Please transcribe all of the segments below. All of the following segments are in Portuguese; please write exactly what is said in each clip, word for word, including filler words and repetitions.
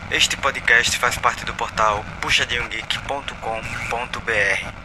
Este podcast faz parte do portal puxadinho geek ponto com ponto b r.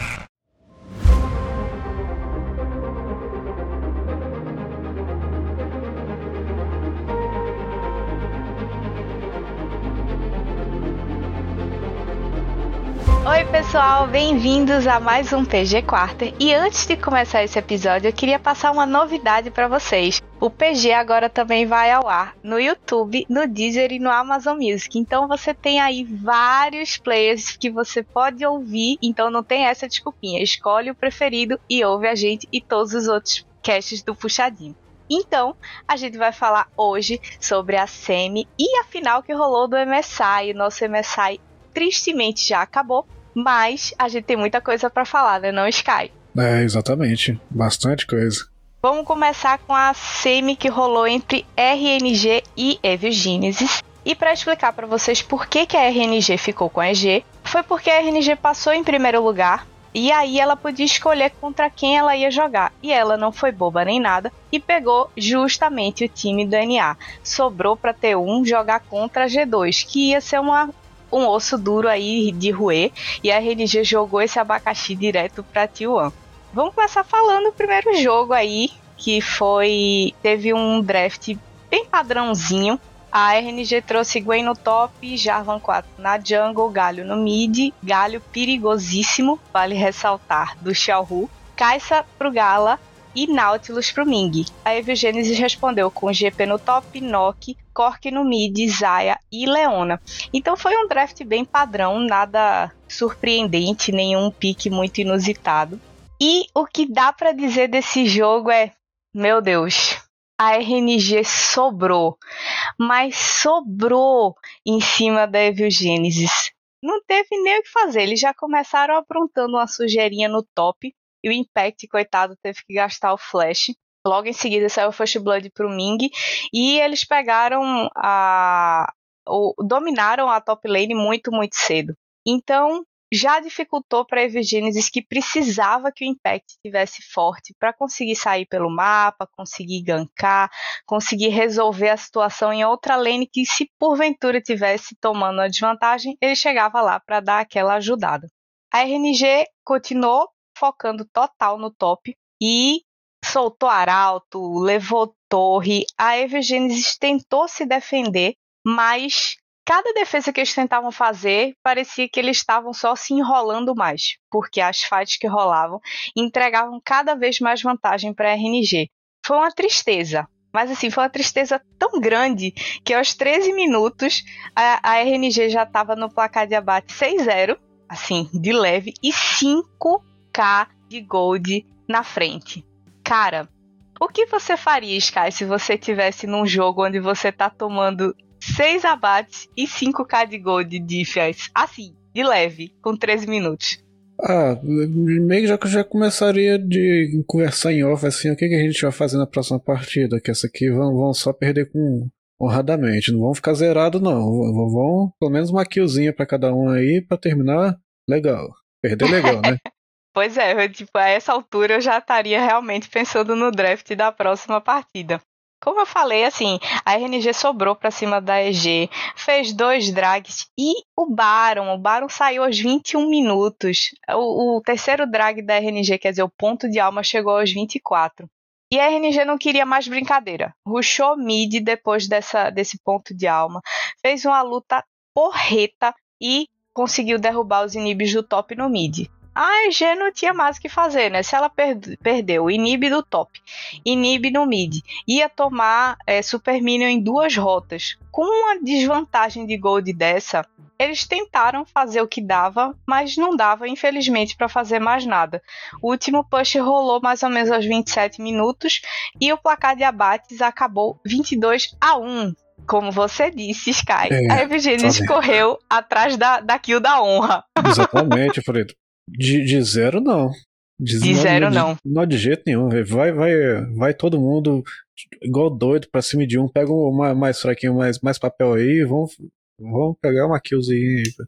Oi pessoal, bem-vindos a mais um P G Quarter. E antes de começar esse episódio, eu queria passar uma novidade para vocês. O P G agora também vai ao ar no YouTube, no Deezer e no Amazon Music. Então você tem aí vários players que você pode ouvir, então não tem essa desculpinha. Escolhe o preferido e ouve a gente e todos os outros casts do Puxadinho. Então, a gente vai falar hoje sobre a semi e a final que rolou do M S I. O nosso M S I tristemente já acabou, mas a gente tem muita coisa pra falar, né, não, Sky? É, exatamente. Bastante coisa. Vamos começar com a semi que rolou entre R N G e Evil Genesis. E para explicar para vocês por que, que a R N G ficou com a E G, foi porque a R N G passou em primeiro lugar, e aí ela podia escolher contra quem ela ia jogar. E ela não foi boba nem nada, e pegou justamente o time do N A. Sobrou para T um jogar contra a G dois, que ia ser uma... um osso duro aí de roer, e a R N G jogou esse abacaxi direto pra T um. Vamos começar falando do primeiro jogo aí, que foi... teve um draft bem padrãozinho. A R N G trouxe Gwen no top, Jarvan quatro na jungle, Galho no mid, Galho perigosíssimo, vale ressaltar, do Xiaohu, Kai'Sa pro Gala e Nautilus pro Ming. A Evil Genesis respondeu com G P no top, Nock, Cork no mid, Zaya e Leona. Então foi um draft bem padrão, nada surpreendente, nenhum pique muito inusitado. E o que dá pra dizer desse jogo é, meu Deus, a R N G sobrou, mas sobrou em cima da Evil Genesis. Não teve nem o que fazer, eles já começaram aprontando uma sujeirinha no top, e o Impact, coitado, teve que gastar o flash. Logo em seguida saiu o First Blood pro Ming. E eles pegaram a... O, dominaram a top lane muito, muito cedo. Então, já dificultou para a Evil Genesis, que precisava que o Impact estivesse forte para conseguir sair pelo mapa, conseguir gankar, conseguir resolver a situação em outra lane que, se porventura tivesse tomando a desvantagem, ele chegava lá para dar aquela ajudada. A R N G continuou focando total no top e soltou arauto, levou torre. A Evil Genesis tentou se defender, mas cada defesa que eles tentavam fazer parecia que eles estavam só se enrolando mais, porque as fights que rolavam entregavam cada vez mais vantagem para a R N G. Foi uma tristeza, mas assim, foi uma tristeza tão grande que aos treze minutos a, a R N G já estava no placar de abate seis a zero, assim, de leve, e cinco K de gold na frente. Cara, o que você faria, Sky, se você tivesse num jogo onde você tá tomando seis abates e cinco K de gold de Fias? Assim, de leve, com treze minutos. Ah, meio que já, já começaria de conversar em off, assim, o que, que a gente vai fazer na próxima partida, que essa aqui vão, vão só perder com honradamente, não vão ficar zerado não, vão, vão pelo menos uma killzinha pra cada um aí, pra terminar legal, perder legal, né? Pois é, eu, tipo, a essa altura eu já estaria realmente pensando no draft da próxima partida. Como eu falei, assim, a R N G sobrou pra cima da E G, fez dois drags e o Baron, o Baron saiu aos vinte e um minutos. O, o terceiro drag da R N G, quer dizer, o ponto de alma, chegou aos vinte e quatro. E a R N G não queria mais brincadeira. Rushou mid depois dessa, desse ponto de alma, fez uma luta porreta e conseguiu derrubar os inibes do top no mid. A E G não tinha mais o que fazer, né? Se ela perde, perdeu o inib do top, inib no mid, ia tomar é, Super Minion em duas rotas. Com uma desvantagem de gold dessa, eles tentaram fazer o que dava, mas não dava, infelizmente, para fazer mais nada. O último push rolou mais ou menos aos vinte e sete minutos e o placar de abates acabou vinte e dois a um. Como você disse, Sky, É, a Evil Genesis correu atrás da, da kill da honra. Exatamente, eu falei, de, de zero não. De, de não, zero não. não. De, não de jeito nenhum, vai, vai, vai todo mundo igual doido pra cima de um, pega um mais, mais fraquinho, mais, mais papel aí, vão, vão pegar uma killzinha aí.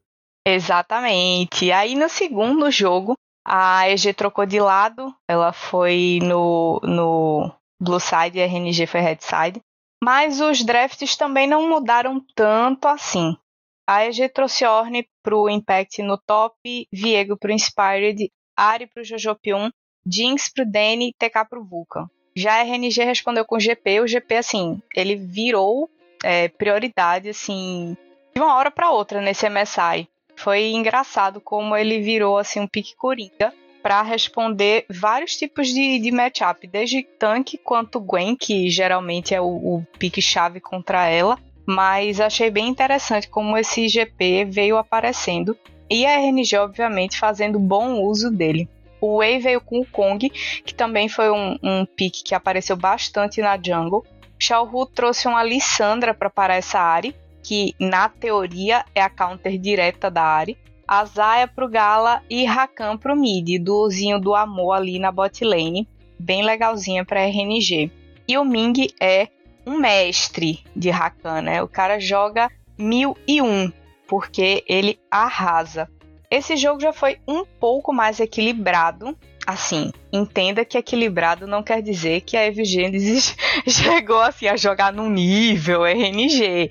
Exatamente. Aí no segundo jogo, a E G trocou de lado, ela foi no, no Blue Side e a R N G foi Red Side. Mas os drafts também não mudaram tanto assim. A E G trouxe Ornn pro Impact no top, Viego pro Inspired, Ahri pro Jojopium, Jinx pro Dany e T K pro Vulcan. Já a R N G respondeu com o G P, o G P, assim, ele virou é, prioridade, assim, de uma hora para outra nesse M S I. Foi engraçado como ele virou, assim, um pique coringa para responder vários tipos de, de matchup, desde tanque quanto Gwen, que geralmente é o, o pique-chave contra ela, mas achei bem interessante como esse G P veio aparecendo, e a R N G, obviamente, fazendo bom uso dele. O Wei veio com o Kong, que também foi um, um pick que apareceu bastante na jungle. Xiaohu trouxe uma Lissandra para parar essa Ahri, que na teoria é a counter direta da Ahri. A Xayah pro Gala e Rakan pro mid, duozinho do amor ali na bot lane. Bem legalzinha pra R N G. E o Ming é um mestre de Rakan, né? O cara joga mil e um, porque ele arrasa. Esse jogo já foi um pouco mais equilibrado. Assim, entenda que equilibrado não quer dizer que a Evil Geniuses chegou assim, a jogar num nível R N G.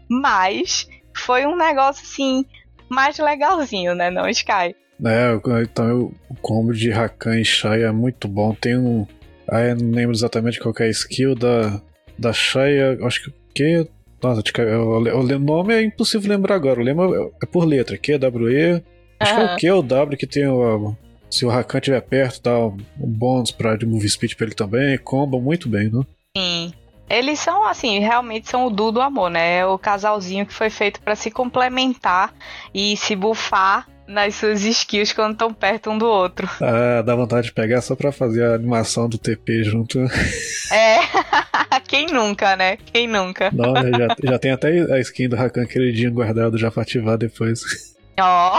Mas foi um negócio assim, mais legalzinho, né, não, Sky? É, então o combo de Rakan e Xayah é muito bom. Tem um... Ah, eu não lembro exatamente qual que é a skill da, da Xayah. Acho que... Nossa, o nome é impossível lembrar agora. O lema é por letra. Q, W, E... Acho uhum. que é o Q ou o W que tem o... Se o Rakan estiver perto, dá um bônus pra de move speed pra ele também. Comba muito bem, né? Sim. Eles são, assim, realmente são o duo do amor, né? É o casalzinho que foi feito pra se complementar e se bufar nas suas skills quando estão perto um do outro. Ah, dá vontade de pegar só pra fazer a animação do T P junto. É, quem nunca, né? Quem nunca? Não, já, já tem até a skin do Rakan queridinho guardado já pra ativar depois. Ó,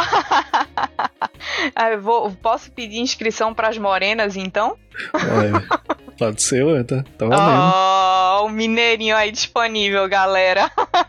oh. vou, posso pedir inscrição pras morenas, então? Olha, pode ser, ué, tá, tá valendo. Ó, oh, o mineirinho aí disponível, galera.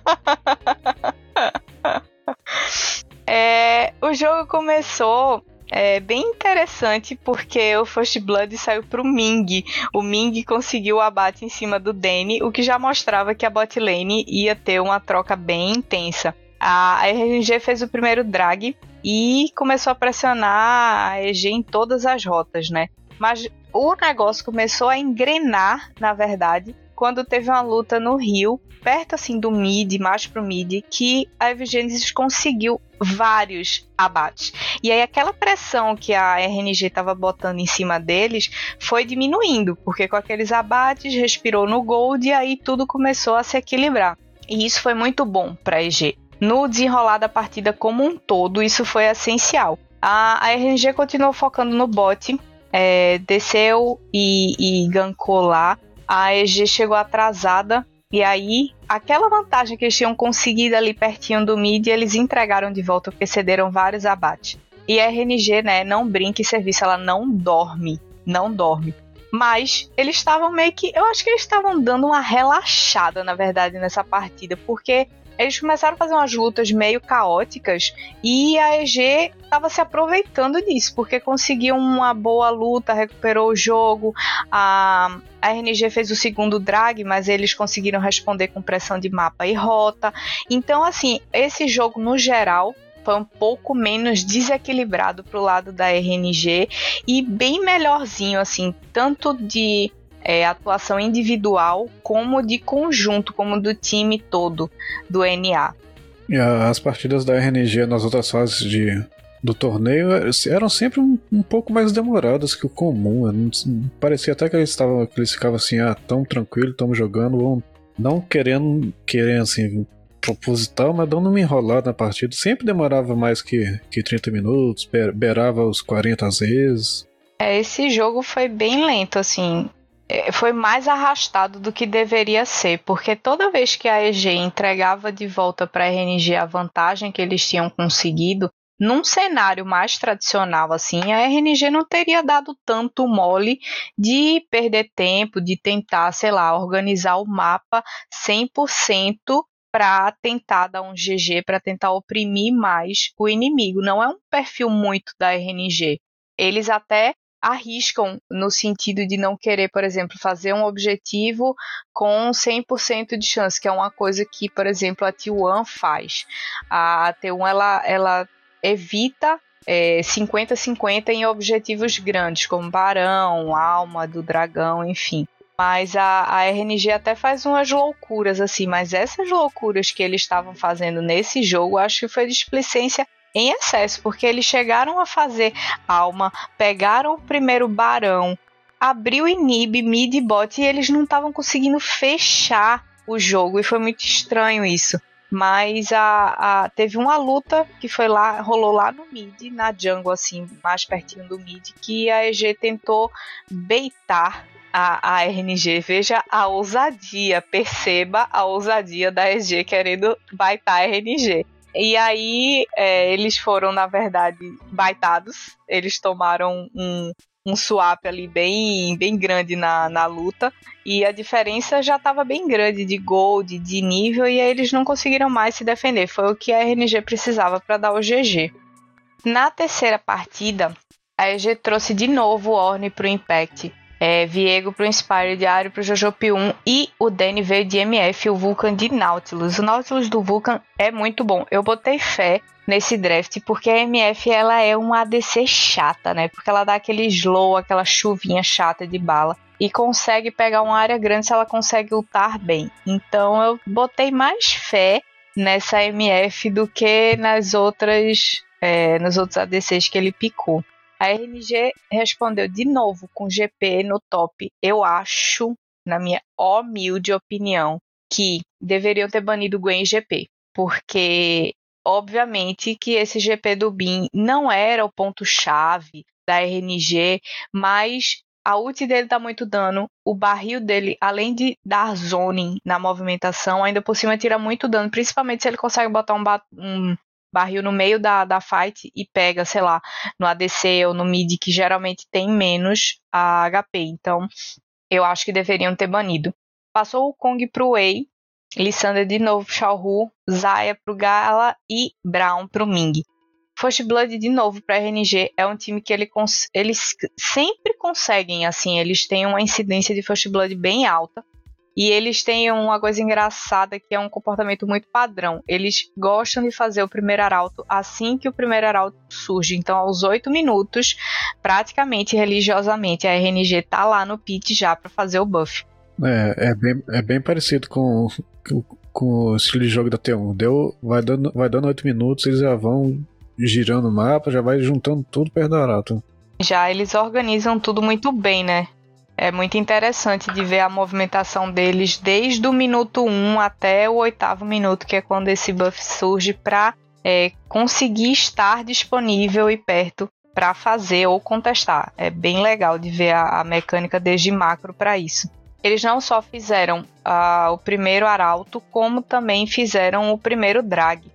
É, o jogo começou é, bem interessante porque o First Blood saiu pro Ming. O Ming conseguiu o abate em cima do Dany, o que já mostrava que a bot lane ia ter uma troca bem intensa. A R N G fez o primeiro drag e começou a pressionar a E G em todas as rotas, né? Mas o negócio começou a engrenar, na verdade, quando teve uma luta no Rio, perto assim do mid, mais pro mid, que a Evil Geniuses conseguiu vários abates. E aí aquela pressão que a R N G estava botando em cima deles foi diminuindo, porque com aqueles abates respirou no gold e aí tudo começou a se equilibrar. E isso foi muito bom para a E G. No desenrolar da partida como um todo, isso foi essencial. A, a R N G continuou focando no bot, é, desceu e, e gankou lá. A E G chegou atrasada e aí aquela vantagem que eles tinham conseguido ali pertinho do mid, eles entregaram de volta porque cederam vários abates. E a R N G, né, não brinca em serviço, ela não dorme, não dorme. Mas eles estavam meio que, eu acho que eles estavam dando uma relaxada, na verdade, nessa partida, porque eles começaram a fazer umas lutas meio caóticas e a E G estava se aproveitando disso, porque conseguiu uma boa luta, recuperou o jogo. A, a R N G fez o segundo drag, mas eles conseguiram responder com pressão de mapa e rota. Então, assim, esse jogo, no geral, foi um pouco menos desequilibrado pro lado da R N G e bem melhorzinho, assim, tanto de... É, atuação individual, como de conjunto, como do time todo do N A. E as partidas da R N G nas outras fases de, do torneio eram sempre um, um pouco mais demoradas que o comum. Não, parecia até que eles, estavam, que eles ficavam assim, ah, tão tranquilo, estamos jogando, não querendo, querendo assim, proposital, mas dando uma enrolada na partida. Sempre demorava mais que, que trinta minutos, beirava os quarenta às vezes. É, esse jogo foi bem lento, assim. Foi mais arrastado do que deveria ser, porque toda vez que a E G entregava de volta para a R N G a vantagem que eles tinham conseguido, num cenário mais tradicional assim, a R N G não teria dado tanto mole de perder tempo, de tentar, sei lá, organizar o mapa cem por cento para tentar dar um G G, para tentar oprimir mais o inimigo. Não é um perfil muito da R N G. Eles até arriscam no sentido de não querer, por exemplo, fazer um objetivo com cem por cento de chance, que é uma coisa que, por exemplo, a T um faz. A T um, ela, ela evita é, cinquenta a cinquenta em objetivos grandes, como Barão, Alma do Dragão, enfim. Mas a, a R N G até faz umas loucuras assim, mas essas loucuras que eles estavam fazendo nesse jogo, acho que foi displicência em excesso, porque eles chegaram a fazer Alma, pegaram o primeiro Barão, abriu Inib, mid e bot, e eles não estavam conseguindo fechar o jogo, e foi muito estranho isso. Mas a, a, teve uma luta que foi lá, rolou lá no mid, na jungle, assim, mais pertinho do mid, que a E G tentou baitar a, a R N G. Veja a ousadia, perceba a ousadia da E G querendo baitar a R N G. E aí é, eles foram, na verdade, baitados. Eles tomaram um, um swap ali bem, bem grande na, na luta. E a diferença já estava bem grande de gold, de nível. E aí eles não conseguiram mais se defender. Foi o que a R N G precisava para dar o G G. Na terceira partida, a E G trouxe de novo o Ornn para o Impact. É, Viego pro Inspired, Ario pro Jojo P um e o Danny veio de M F, o Vulcan de Nautilus. O Nautilus do Vulcan é muito bom. Eu botei fé nesse draft porque a M F ela é uma A D C chata, né? Porque ela dá aquele slow, aquela chuvinha chata de bala e consegue pegar uma área grande se ela consegue ultar bem. Então eu botei mais fé nessa M F do que nas outras, é, nos outros A D Cs que ele picou. A R N G respondeu de novo com G P no top. Eu acho, na minha humilde opinião, que deveriam ter banido o Gwen e G P. Porque, obviamente, que esse G P do Bin não era o ponto-chave da R N G, mas a ult dele dá muito dano. O barril dele, além de dar zoning na movimentação, ainda por cima tira muito dano, principalmente se ele consegue botar um... um barril no meio da, da fight e pega, sei lá, no A D C ou no mid, que geralmente tem menos a H P. Então, eu acho que deveriam ter banido. Passou o Kong pro Wei, Lissandra de novo pro Xiaohu, Xayah pro Gala e Braum pro Ming. First Blood de novo pra R N G. É um time que ele cons- eles sempre conseguem, assim, eles têm uma incidência de First Blood bem alta. E eles têm uma coisa engraçada que é um comportamento muito padrão. Eles gostam de fazer o primeiro arauto assim que o primeiro arauto surge. Então, aos oito minutos, praticamente, religiosamente, a R N G tá lá no pit já para fazer o buff. É, é bem, é bem parecido com, com, com o estilo de jogo da T um. Deu, vai dando vai dando oito minutos, eles já vão girando o mapa, já vai juntando tudo perto do arauto. Já eles organizam tudo muito bem, né? É muito interessante de ver a movimentação deles desde o minuto um até o oitavo minuto, que é quando esse buff surge, para é, conseguir estar disponível e perto para fazer ou contestar. É bem legal de ver a, a mecânica desde macro para isso. Eles não só fizeram uh, o primeiro arauto, como também fizeram o primeiro drag.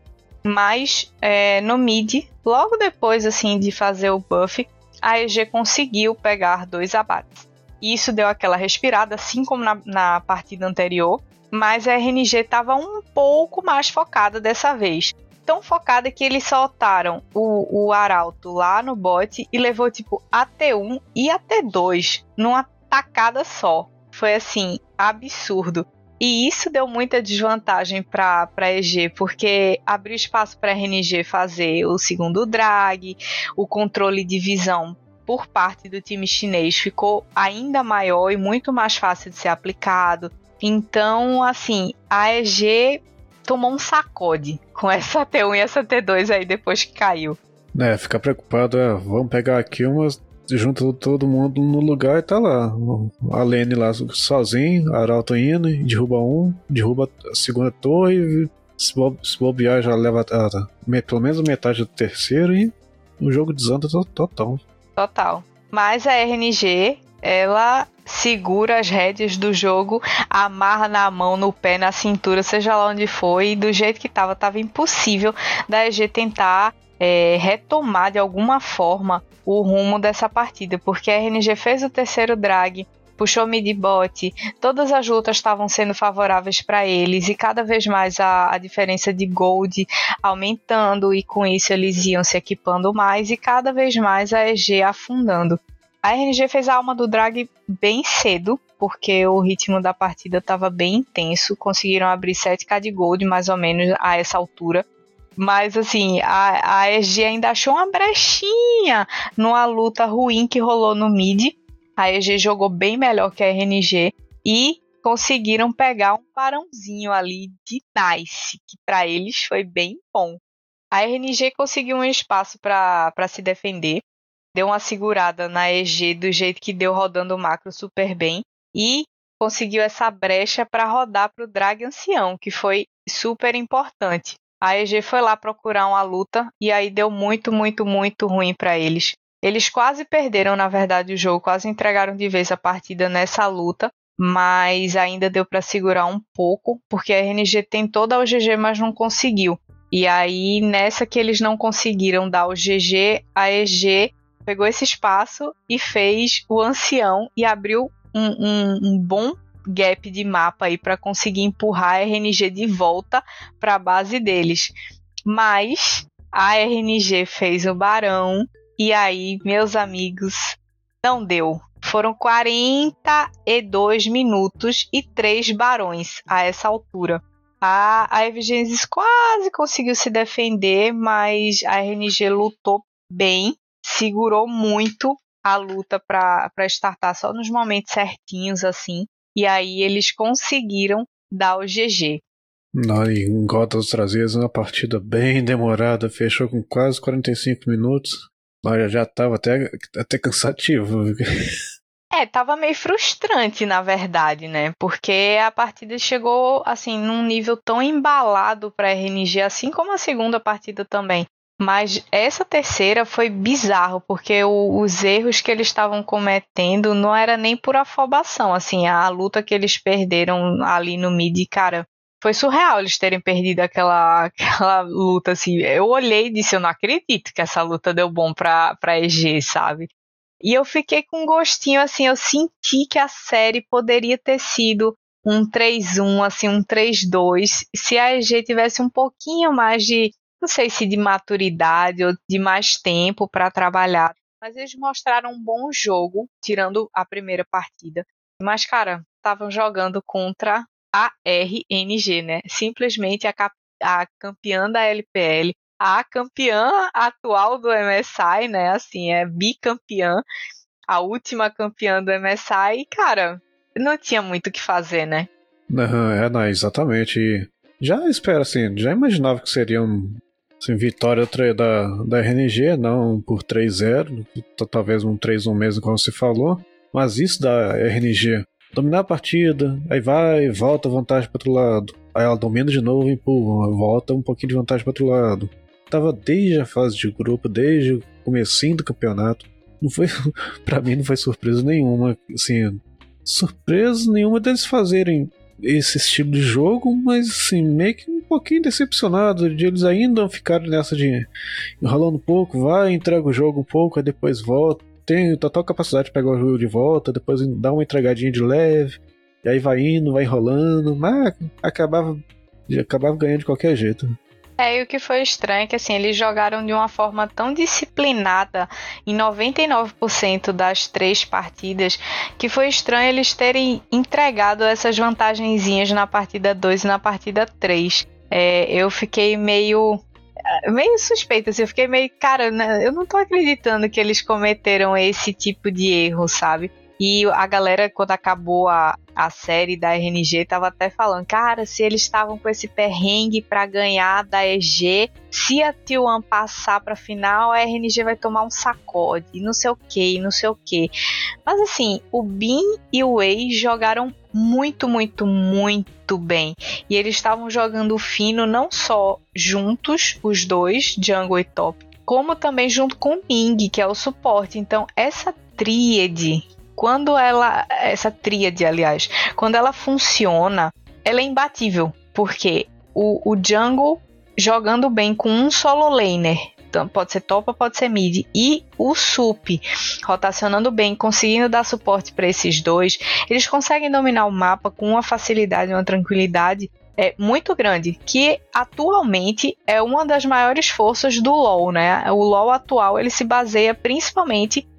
Mas é, no mid, logo depois assim de fazer o buff, a E G conseguiu pegar dois abates. Isso deu aquela respirada, assim como na, na partida anterior, mas a R N G estava um pouco mais focada dessa vez. Tão focada que eles soltaram o, o arauto lá no bot e levou tipo a T um e a T dois numa tacada só. Foi assim, absurdo. E isso deu muita desvantagem para a E G, porque abriu espaço para a R N G fazer o segundo drag, o controle de visão por parte do time chinês ficou ainda maior e muito mais fácil de ser aplicado. Então, assim, a E G tomou um sacode com essa T um e essa T dois aí depois que caiu. É, ficar preocupado, é, vamos pegar aqui umas, junta todo mundo no lugar e tá lá. A Lene lá sozinho, Arauto indo, derruba um, derruba a segunda torre, se bobear já leva a, a, pelo menos metade do terceiro e o jogo desanda total. Total. Mas a R N G, ela segura as rédeas do jogo, amarra na mão, no pé, na cintura, seja lá onde for, e do jeito que tava, tava impossível da E G tentar é, retomar de alguma forma o rumo dessa partida, porque a R N G fez o terceiro drag, puxou mid bot, todas as lutas estavam sendo favoráveis para eles e cada vez mais a, a diferença de gold aumentando e com isso eles iam se equipando mais e cada vez mais a E G afundando. A R N G fez a alma do drag bem cedo, porque o ritmo da partida estava bem intenso. Conseguiram abrir sete k de gold, mais ou menos, a essa altura. Mas, assim, a, a E G ainda achou uma brechinha numa luta ruim que rolou no mid. A E G jogou bem melhor que a R N G e conseguiram pegar um parãozinho ali de nice, que para eles foi bem bom. A R N G conseguiu um espaço para se defender. Deu uma segurada na E G do jeito que deu, rodando o macro super bem. E conseguiu essa brecha para rodar para o drag ancião, que foi super importante. A E G foi lá procurar uma luta e aí deu muito, muito, muito ruim para eles. Eles quase perderam, na verdade, o jogo, quase entregaram de vez a partida nessa luta, mas ainda deu para segurar um pouco, porque a R N G tentou dar o G G, mas não conseguiu. E aí, nessa que eles não conseguiram dar o G G, a E G pegou esse espaço e fez o ancião e abriu um, um, um bom gap de mapa aí para conseguir empurrar a R N G de volta para a base deles. Mas a R N G fez o barão e aí, meus amigos, não deu. Foram quarenta e dois minutos e três barões a essa altura. A, a Evigenesis quase conseguiu se defender, mas a R N G lutou bem, segurou muito a luta para startar só nos momentos certinhos, assim. E aí eles conseguiram dar o G G. Não, e em Gotas Trazias, uma partida bem demorada, fechou com quase quarenta e cinco minutos. Mas já estava até, até cansativo. É, tava meio frustrante, na verdade, né? Porque a partida chegou, assim, num nível tão embalado para a R N G, assim como a segunda partida também. Mas essa terceira foi bizarro, porque o, os erros que eles estavam cometendo não era nem por afobação, assim, a, a luta que eles perderam ali no mid, cara, foi surreal eles terem perdido aquela, aquela luta, assim. Eu olhei e disse, eu não acredito que essa luta deu bom pra, pra E G, sabe? E eu fiquei com um gostinho, assim, eu senti que a série poderia ter sido um três um, assim, um três dois, se a E G tivesse um pouquinho mais de, não sei se de maturidade ou de mais tempo para trabalhar. Mas eles mostraram um bom jogo, tirando a primeira partida. Mas, cara, estavam jogando contra a R N G, né? Simplesmente a, cap- a campeã da L P L, a campeã atual do M S I, né? Assim, é bicampeã, a última campeã do M S I. E, cara, não tinha muito o que fazer, né? Não, é, não, exatamente. E já espero, assim, já imaginava que seria um, assim, vitória da, da R N G, não por três zero, talvez um três um mesmo, como você falou. Mas isso da R N G dominar a partida, aí vai, volta vantagem para outro lado. Aí ela domina de novo e empurra, volta um pouquinho de vantagem para outro lado. Tava desde a fase de grupo, desde o comecinho do campeonato. Não foi, para mim não foi surpresa nenhuma, assim, surpresa nenhuma deles fazerem esse estilo de jogo, mas assim, meio que um pouquinho decepcionado de eles ainda ficarem nessa de enrolando um pouco, vai, entrega o jogo um pouco, aí depois volta. Tem total capacidade de pegar o jogo de volta, depois dá uma entregadinha de leve, e aí vai indo, vai enrolando, mas acabava, acabava ganhando de qualquer jeito. É, e o que foi estranho é que assim, eles jogaram de uma forma tão disciplinada em noventa e nove por cento das três partidas, que foi estranho eles terem entregado essas vantagenzinhas na partida dois e na partida três. É, eu fiquei meio... meio suspeita, assim, eu fiquei meio, cara, eu não tô acreditando que eles cometeram esse tipo de erro, sabe? E a galera, quando acabou a, a série da R N G, tava até falando, cara, se eles estavam com esse perrengue pra ganhar da E G, se a T um passar pra final, a R N G vai tomar um sacode, não sei o que, não sei o que. Mas assim, o Bin e o Wei jogaram muito, muito, muito bem. E eles estavam jogando fino não só juntos, os dois, jungle e top, como também junto com o Ming, que é o suporte. Então, essa tríade, quando ela... Essa tríade, aliás, quando ela funciona, ela é imbatível. Porque o, o jungle jogando bem com um solo laner, então, pode ser top ou pode ser mid, e o sup rotacionando bem, conseguindo dar suporte para esses dois, eles conseguem dominar o mapa com uma facilidade, uma tranquilidade é, muito grande, que atualmente é uma das maiores forças do LoL, né? O LoL atual ele se baseia principalmente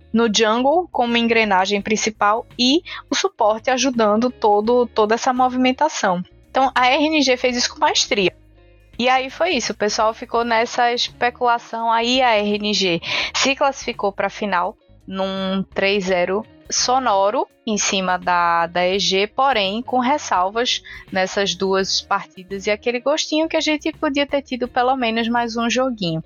no jungle como engrenagem principal e o suporte ajudando todo, toda essa movimentação. Então a R N G fez isso com maestria. E aí foi isso, o pessoal ficou nessa especulação, aí a R N G se classificou para a final num três a zero sonoro em cima da, da E G, porém com ressalvas nessas duas partidas e aquele gostinho que a gente podia ter tido pelo menos mais um joguinho.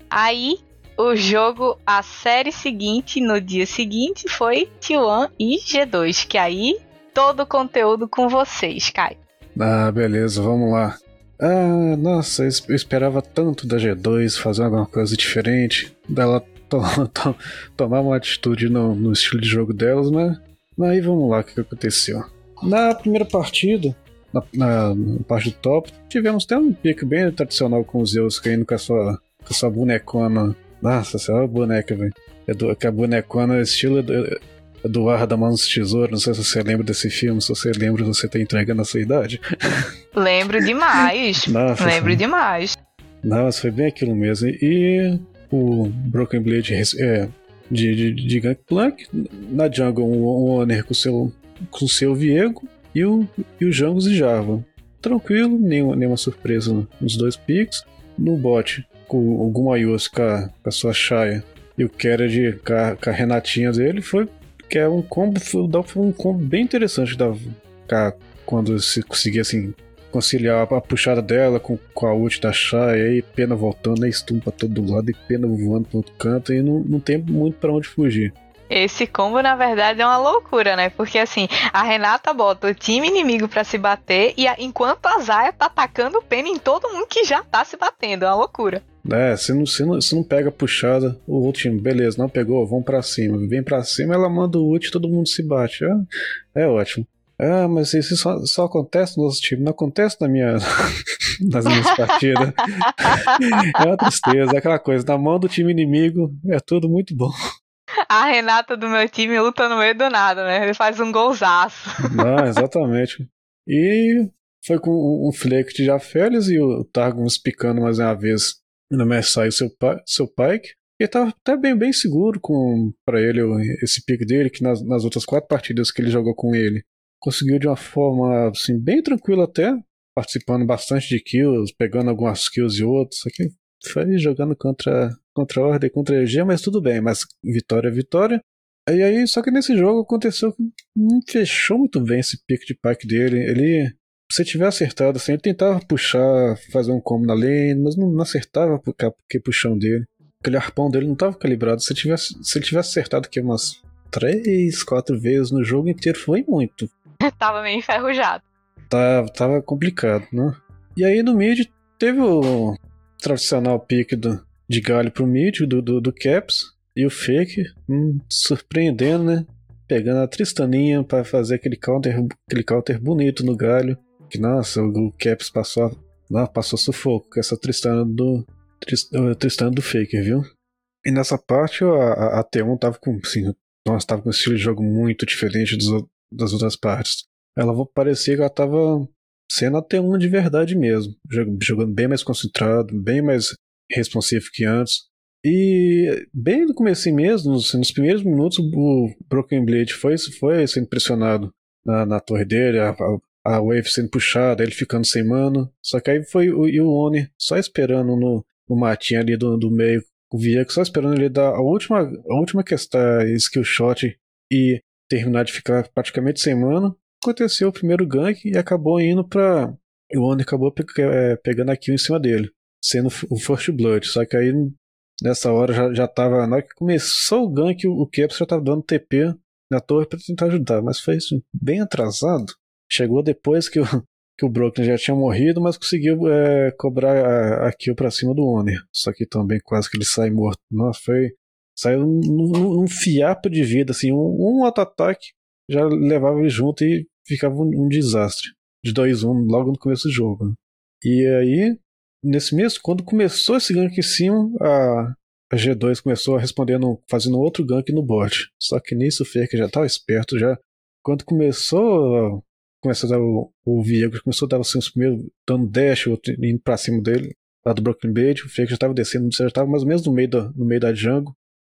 Aí o jogo, a série seguinte, no dia seguinte, foi T um e G dois, que aí todo o conteúdo com vocês, Caio. Ah, beleza, vamos lá. Ah, nossa, eu esperava tanto da G dois fazer alguma coisa diferente, dela to to tomar uma atitude no, no estilo de jogo delas, mas, mas aí vamos lá, o que, que aconteceu. Na primeira partida, na, na, na parte do top, tivemos até um pique bem tradicional com o Zeus caindo com a sua, com a sua bonecona. Nossa, essa é uma boneca, velho. É do, que a bonecona, estilo do, do Ar da Mão dos Tesouros. Não sei se você lembra desse filme. Se você lembra, você tá entregando a sua idade. Lembro demais. Nossa, Lembro foi... demais. Nossa, foi bem aquilo mesmo. E o Broken Blade é, de, de, de Gangplank. Na jungle, o Honor com o seu, com seu Viego. E o, e o Jangos e Java. Tranquilo, nenhuma, nenhuma surpresa nos dois picks. No bot, com o Gumayus com a, com a sua Shaya e o Kered com a, com a Renatinha dele, foi que é um combo, foi, foi um combo bem interessante da, a, quando se conseguia assim, conciliar a puxada dela com, com a ult da Shaya, e Pena voltando, e stun pra todo lado, e Pena voando pro outro canto, e não, não tem muito pra onde fugir. Esse combo, na verdade, é uma loucura, né? Porque, assim, a Renata bota o time inimigo pra se bater, e a, enquanto a Zaya tá atacando o Pena em todo mundo que já tá se batendo. É uma loucura. É, se não, se não, se não pega a puxada, o outro time, beleza, não pegou, vamos pra cima. Vem pra cima, ela manda o ult e todo mundo se bate. É, é ótimo. Ah, mas isso só, só acontece no nosso time, não acontece na minha, nas minhas partidas. É uma tristeza, é aquela coisa, na mão do time inimigo é tudo muito bom. A Renata do meu time luta no meio do nada, né? Ele faz um golzaço. Não, exatamente. E foi com um Flake de Jafélios e o Targus picando mais uma vez no Messai o seu, seu Pike. E tava até bem, bem seguro com, pra ele esse pick dele, que nas, nas outras quatro partidas que ele jogou com ele, conseguiu de uma forma assim, bem tranquila até, participando bastante de kills, pegando algumas kills e outros. Aqui foi jogando contra, contra a Ordem, contra a E G, mas tudo bem, mas vitória é vitória. E aí, só que nesse jogo aconteceu que não fechou muito bem esse pick de Pike dele. Ele, se tiver acertado, assim, ele tentava puxar, fazer um combo na lane, mas não, não acertava porque puxão dele. Aquele arpão dele não estava calibrado. Se, tivesse, se ele tivesse acertado aqui umas três, quatro vezes no jogo inteiro, foi muito. Tava meio enferrujado. Tava, tava complicado, né? E aí no mid teve o tradicional pick do, de galho pro mid, do, do, do Caps, e o Fake, hum, surpreendendo, né? Pegando a Tristaninha pra fazer aquele counter, aquele counter bonito no galho. Que, nossa, o, o Caps passou, não, passou sufoco com essa Tristana do, Tristana do Faker, viu? E nessa parte a, a, a T um tava com, assim, nossa, tava com um estilo de jogo muito diferente dos, das outras partes. Ela parecia que ela tava sendo a T um de verdade mesmo, jogando bem mais concentrado, bem mais responsivo que antes. E bem no começo mesmo, nos, nos primeiros minutos, o Broken Blade foi, foi sendo pressionado na, na torre dele, a, a, a wave sendo puxada, ele ficando sem mana. Só que aí foi o, e o Oni só esperando no, no matinho ali do, do meio, o Viego só esperando ele dar a última, a última questão, skill shot e terminar de ficar praticamente sem mana. Aconteceu o primeiro gank e acabou indo pra. O Oni acabou pe é, pegando a kill em cima dele, sendo o First Blood. Só que aí nessa hora já, já tava. Na hora que começou o gank, o, o Caps já tava dando T P na torre pra tentar ajudar, mas foi isso, bem atrasado. Chegou depois que o, que o Broken já tinha morrido, mas conseguiu é, cobrar a, a kill pra cima do Oni. Só que também quase que ele sai morto. Nossa, foi. Saiu num, num, num fiapo de vida, assim, um, um auto-ataque já levava ele junto e ficava um, um desastre. De dois a um logo no começo do jogo. Né? E aí, nesse mesmo, quando começou esse gank em cima, a, a G dois começou respondendo, fazendo outro gank no bot. Só que nisso o Faker já estava esperto, já. Quando começou, começou a dar o, o Viego, começou a dar assim, os primeiros, dando dash, outro, indo pra cima dele, lá do Broken Blade, o Faker já estava descendo, já estava mais ou menos no meio da, no meio da jungle.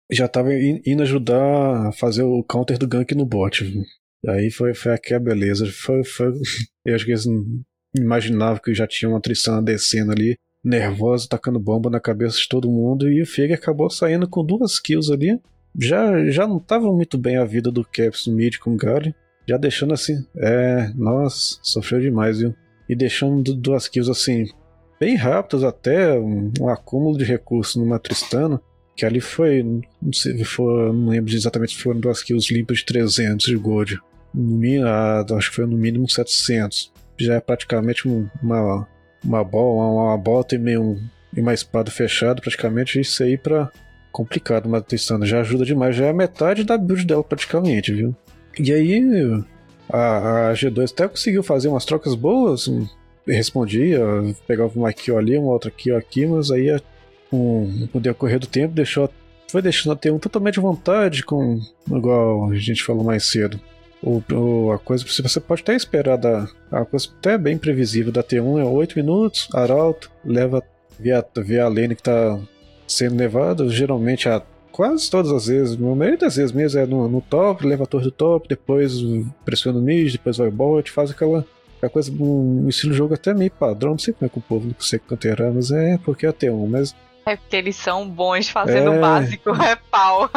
já tava in- indo ajudar a fazer o counter do gank no bot. Viu? E aí foi, foi aqui a beleza. Foi, foi, eu acho que eles não imaginavam que já tinha uma Tristana descendo ali, nervosa, tacando bomba na cabeça de todo mundo, e o Fig acabou saindo com duas kills ali. Já, já não tava muito bem a vida do Caps no mid com o Garen, já deixando assim, é, nossa, sofreu demais, viu? E deixando duas kills assim, bem rápidas até, um, um acúmulo de recursos numa Tristana, que ali foi, não sei se foi, não lembro exatamente se foram duas kills limpas de trezentos de gold. No mínimo, acho que foi no mínimo setecentos. Já é praticamente um, uma, uma bola, uma, uma bota e, meio, e uma espada fechada, praticamente isso aí pra complicado uma Tristana. Já ajuda demais, já é a metade da build dela praticamente, viu? E aí a, a G dois até conseguiu fazer umas trocas boas, respondia, pegava uma kill ali, uma outra kill aqui, mas aí com o decorrer do tempo deixou, foi deixando a T um totalmente à vontade, com, igual a gente falou mais cedo. O, o, a coisa você pode até esperar da, a coisa até bem previsível da T um é oito minutos, Arauto leva via, via a lane que está sendo levada, geralmente a, quase todas as vezes, na maioria das vezes mesmo é no, no top, leva a torre do top, depois pressiona o mid, depois vai bot, faz aquela, aquela coisa, um, um estilo de jogo até meio padrão, não sei como é que o povo não consegue counterar, mas é porque é a T um, mas É porque eles são bons fazendo o é, básico, é pau.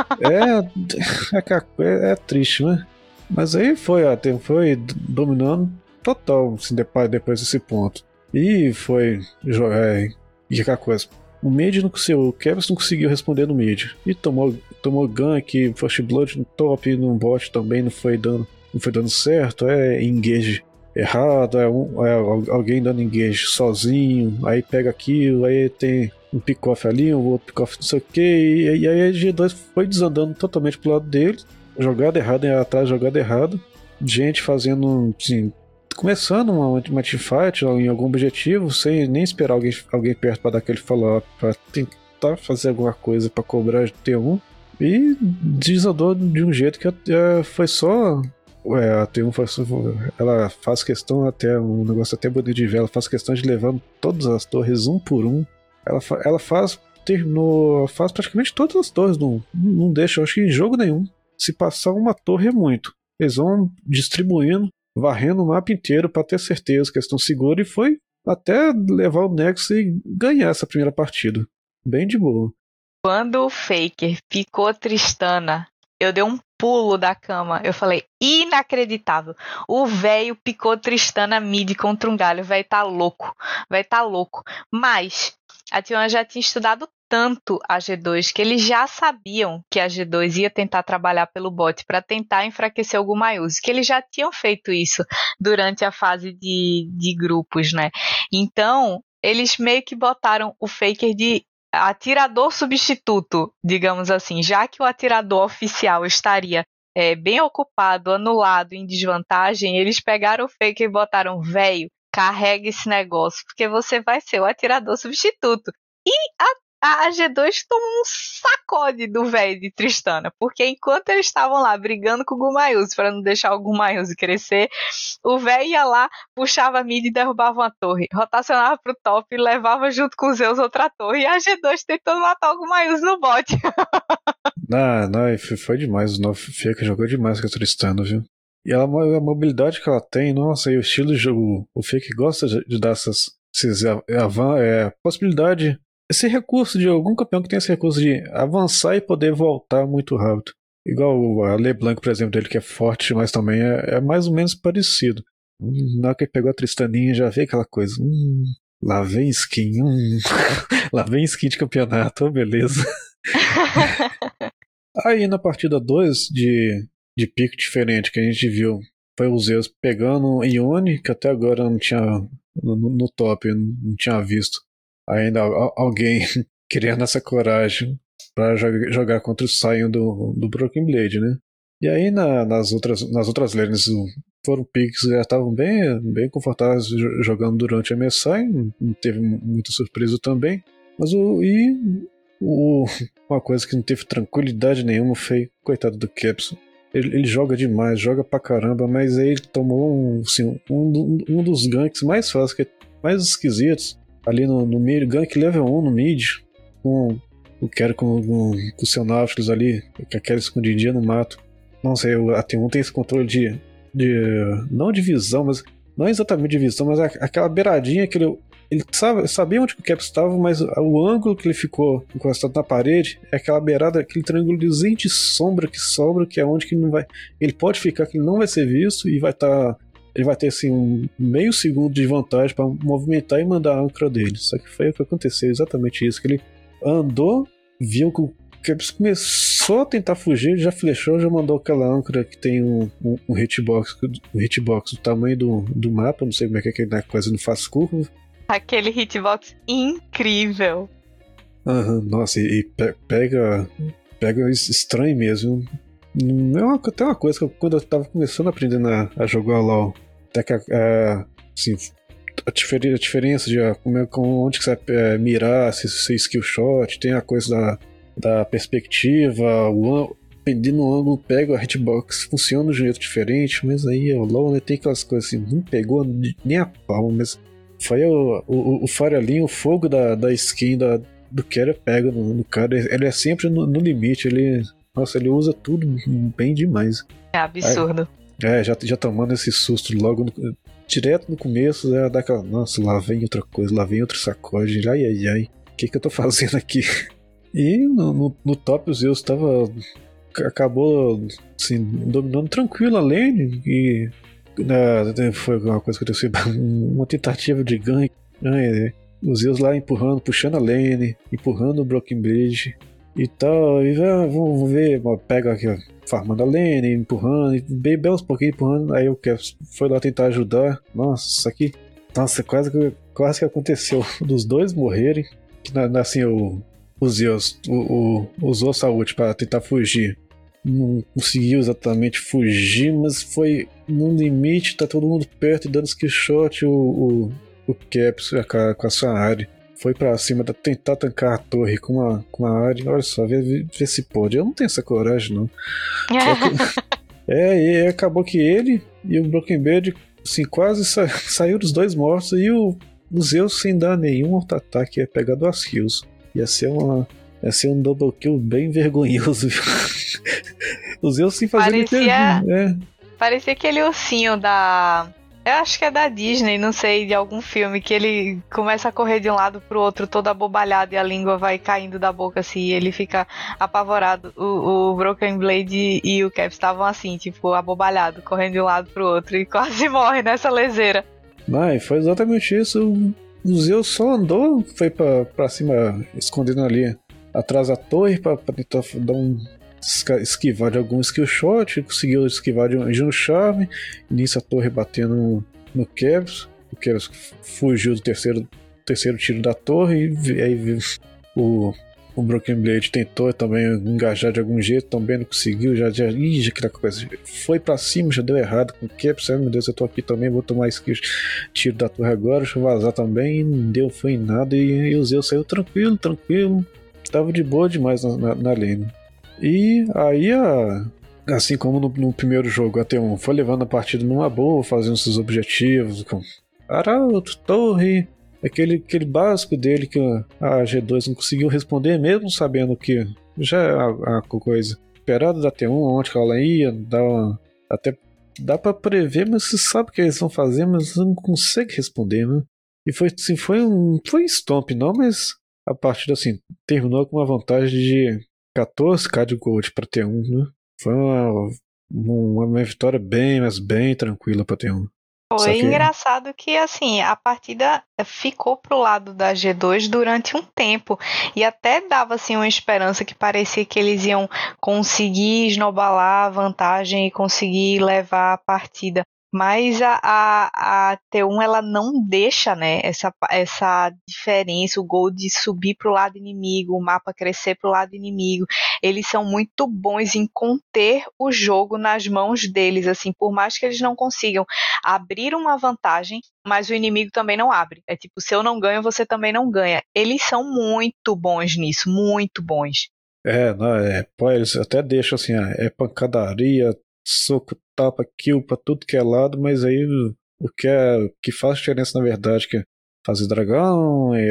é, é, é triste, né? Mas aí foi, a T um foi dominando total assim, depois, depois desse ponto. E foi é, e aquela coisa. O mid não conseguiu, o Kevs não conseguiu responder no mid. E tomou, tomou gank, first blood no top, no bot também não foi dando, não foi dando certo. É engage errado, é, um, é alguém dando engage sozinho, aí pega aquilo, aí tem um pick-off ali, um outro pick-off não sei o que, e, e aí a G dois foi desandando totalmente pro lado dele, jogada errada atrás jogada errada, gente fazendo, assim, começando uma, uma teamfight em algum objetivo, sem nem esperar alguém, alguém perto para dar aquele follow-up, pra tentar fazer alguma coisa para cobrar de T um, e desandou de um jeito que é, foi só... Ué, a T um faz, ela faz questão até, um negócio até bonito de ver, ela faz questão de levar todas as torres um por um. Ela, fa, ela faz terminou, faz praticamente todas as torres, não, não deixa, eu acho que em jogo nenhum. Se passar uma torre é muito. Eles vão distribuindo, varrendo o mapa inteiro para ter certeza que eles estão seguros, e foi até levar o Nexus e ganhar essa primeira partida. Bem de boa. Quando o Faker picou Tristana, eu dei um pulo da cama. Eu falei, inacreditável. O velho picou Tristana mid contra um galho. O velho tá louco. Vai tá louco. Mas a T um já tinha estudado tanto a G dois que eles já sabiam que a G dois ia tentar trabalhar pelo bot para tentar enfraquecer o Gumayusi, que eles já tinham feito isso durante a fase de, de grupos, né? Então, eles meio que botaram o Faker de atirador substituto, digamos assim, já que o atirador oficial estaria é, bem ocupado, anulado, em desvantagem, eles pegaram o Faker e botaram, velho, carrega esse negócio, porque você vai ser o atirador substituto. E a, a G dois tomou um sacode do velho de Tristana, porque enquanto eles estavam lá brigando com o Gumayusi para não deixar o Gumayusi crescer, o velho ia lá, puxava a mid e derrubava uma torre, rotacionava pro top e levava junto com os Zeus outra torre, e a G dois tentando matar o Gumayusi no bot. Não, não, foi demais, o Faker jogou demais com a Tristana, viu? E ela, a mobilidade que ela tem, nossa, e o estilo de jogo, o Faker gosta de, de dar essas, essas é, possibilidade, esse recurso de algum campeão que tem esse recurso de avançar e poder voltar muito rápido. Igual a LeBlanc, por exemplo, dele que é forte, mas também é, é mais ou menos parecido. Na hora que ele pegou a Tristaninha, já vê aquela coisa, hum, lá vem skin, hum, lá vem skin de campeonato, oh, beleza. Aí na partida dois de, de pico diferente que a gente viu, foi o Zeus pegando o Ione, que até agora não tinha no, no top, não tinha visto ainda alguém criando essa coragem para jogar contra o Sion do, do Broken Blade, né? E aí na, nas outras nas outras lanes foram picks já estavam bem, bem confortáveis jogando durante a M S I, não teve muita surpresa também, mas o e o, uma coisa que não teve tranquilidade nenhuma foi, coitado do Caps. Ele, ele joga demais, joga pra caramba, mas aí ele tomou um, assim, um, um dos ganks mais fáceis, mais esquisitos, ali no, no mid, gank level um no mid, com o Quero com, com, com o seu Nautilus ali, com aquela escondidinha no mato. Nossa, eu, a T um tem esse controle de, de. Não de visão, mas. Não exatamente de visão, mas a, aquela beiradinha que ele. Ele sabe, sabia onde que o Caps estava, mas o ângulo que ele ficou encostado na parede é aquela beirada, aquele triângulozinho de sombra que sobra, que é onde que ele não vai. Ele pode ficar que ele não vai ser visto e vai estar. Tá, ele vai ter assim um meio segundo de vantagem para movimentar e mandar a âncora dele. Só que foi o que aconteceu, exatamente isso. Que ele andou, viu que o Caps começou a tentar fugir, já flechou, já mandou aquela âncora que tem um, um, um hitbox, um hitbox do tamanho do, do mapa, não sei como é que é aquela coisa, não faz curva. Aquele hitbox incrível. Uhum, nossa, e, e pe- pega pega estranho mesmo. Não é uma, até uma coisa que eu, quando eu tava começando a aprender a, a jogar LoL, até que a, a, assim, a, diferi, a diferença de a, como é, com onde que você é, mirar, se, se skill shot, tem a coisa da, da perspectiva, o, dependendo do ângulo, pega a hitbox, funciona de um jeito diferente, mas aí o LoL, né, tem aquelas coisas assim, não pegou nem a palma, mas foi o, o, o farelinho, o fogo da, da skin da, do Keria pega no, no cara. Ele é sempre no, no limite. Ele, nossa, ele usa tudo bem demais. É absurdo. Aí, é, já, já tomando esse susto logo no, direto no começo, é, dá aquela, nossa, lá vem outra coisa, lá vem outro sacode. Ai, ai, ai, o que que eu tô fazendo aqui? E no, no, no top o Zeus tava, acabou assim, dominando tranquilo a lane e Uh, foi uma coisa que aconteceu, uma tentativa de ganho, né? Os Zeus lá empurrando, puxando a lane, empurrando o Broken Bridge e tal, e ah, vamos ver, pega aqui, ó, farmando a lane, empurrando, e bem, bem uns pouquinhos empurrando, aí o Caps foi lá tentar ajudar, nossa, isso aqui, nossa, quase que, quase que aconteceu dos dois morrerem, que assim, o, o Zeus o, o, usou a saúde para tentar fugir. Não conseguiu exatamente fugir, mas foi no limite, tá todo mundo perto e dando skill shot. O, o, o Caps com a sua área foi pra cima, da, tentar tancar a torre com uma, com uma área. Olha só, vê, vê, vê se pode. Eu não tenho essa coragem, não. que, é, e acabou que ele e o Broken Bed assim, quase sa, saiu dos dois mortos e o, o Zeus sem dar nenhum auto-ataque ia pegar duas kills. Ia ser uma. Ia ser um double kill bem vergonhoso. O Zeus sem fazer parecia, é. parecia aquele ursinho da... Eu acho que é da Disney, não sei, de algum filme, que ele começa a correr de um lado pro outro, todo abobalhado, e a língua vai caindo da boca, assim, e ele fica apavorado. O, o Broken Blade e o Caps estavam assim, tipo, abobalhado, correndo de um lado pro outro, e quase morre nessa leseira. Não, foi exatamente isso. O Zeus só andou, foi pra, pra cima, escondendo ali atrás da torre, pra, pra tentar dar um... esquivar de algum skill shot, conseguiu esquivar de um, de um charme, e nisso a torre batendo no, no Caps, o Caps fugiu do terceiro, terceiro tiro da torre, e aí o, o Broken Blade tentou também engajar de algum jeito, também não conseguiu, já, já, ih, já aquela coisa, foi pra cima, já deu errado com o Caps, ai meu Deus, eu tô aqui também, vou tomar skill, tiro da torre agora, deixa eu vazar também, e não deu, foi em nada, e, e o Zeus saiu tranquilo, tranquilo, tava de boa demais na, na, na lane. E aí, a, assim como no, no primeiro jogo, a T um foi levando a partida numa boa, fazendo seus objetivos, com Arauto, torre, aquele, aquele básico dele que a G dois não conseguiu responder, mesmo sabendo que já é a, a coisa esperada da T um, onde ela ia, dá uma, até dá pra prever, mas você sabe o que eles vão fazer, mas não consegue responder, né? E foi assim, foi um, foi um stomp não, mas a partida assim, terminou com uma vantagem de quatorze k de gold pra T um, né? Foi uma, uma, uma vitória bem, mas bem tranquila pra T um. Foi que... engraçado que, assim, a partida ficou pro lado da G dois durante um tempo e até dava, assim, uma esperança que parecia que eles iam conseguir esnobalar a vantagem e conseguir levar a partida. Mas a, a, a T um, ela não deixa, né, essa, essa diferença, o gol de subir pro lado inimigo, o mapa crescer pro lado inimigo. Eles são muito bons em conter o jogo nas mãos deles, assim, por mais que eles não consigam abrir uma vantagem, mas o inimigo também não abre. É tipo, se eu não ganho, você também não ganha. Eles são muito bons nisso, muito bons. É, não, é, pô, eles até deixam assim, é pancadaria, soco, tapa, kill pra tudo que é lado, mas aí o que, é, o que faz diferença na verdade que é fazer dragão, é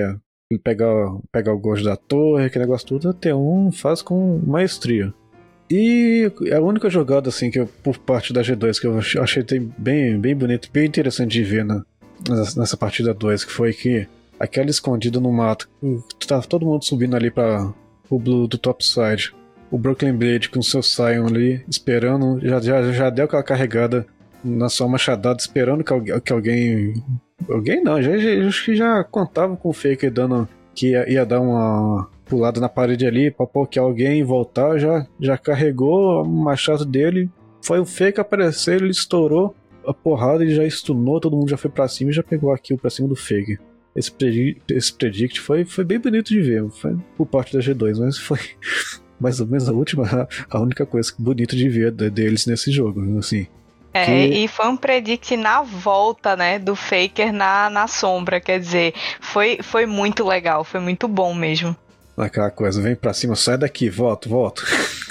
ele pegar, pegar o gosto da torre, aquele negócio tudo, a T um faz com maestria. E a única jogada assim, que eu, por parte da G dois que eu achei bem, bem bonito, bem interessante de ver na, nessa partida dois, que foi que aquela escondida no mato, tava todo mundo subindo ali para o Blue do topside. O Brooklyn Blade com o seu Sion ali, esperando, já, já, já deu aquela carregada na sua machadada, esperando que, alguém, que alguém... Alguém não, já, já, acho que já contava com o Faker dando, que ia, ia dar uma pulada na parede ali pra pokear alguém e voltar, já, já carregou o machado dele, foi o Faker aparecer, ele estourou a porrada e já stunou, todo mundo já foi pra cima e já pegou a kill pra cima do Faker. Esse predict, esse predict foi, foi bem bonito de ver, foi por parte da G dois, mas foi... mais ou menos a última, a única coisa bonita de ver deles nesse jogo, assim. É, que... e foi um predict na volta, né, do Faker na, na sombra, quer dizer, foi, foi muito legal, foi muito bom mesmo. Aquela coisa, vem pra cima, sai daqui, volto, volto.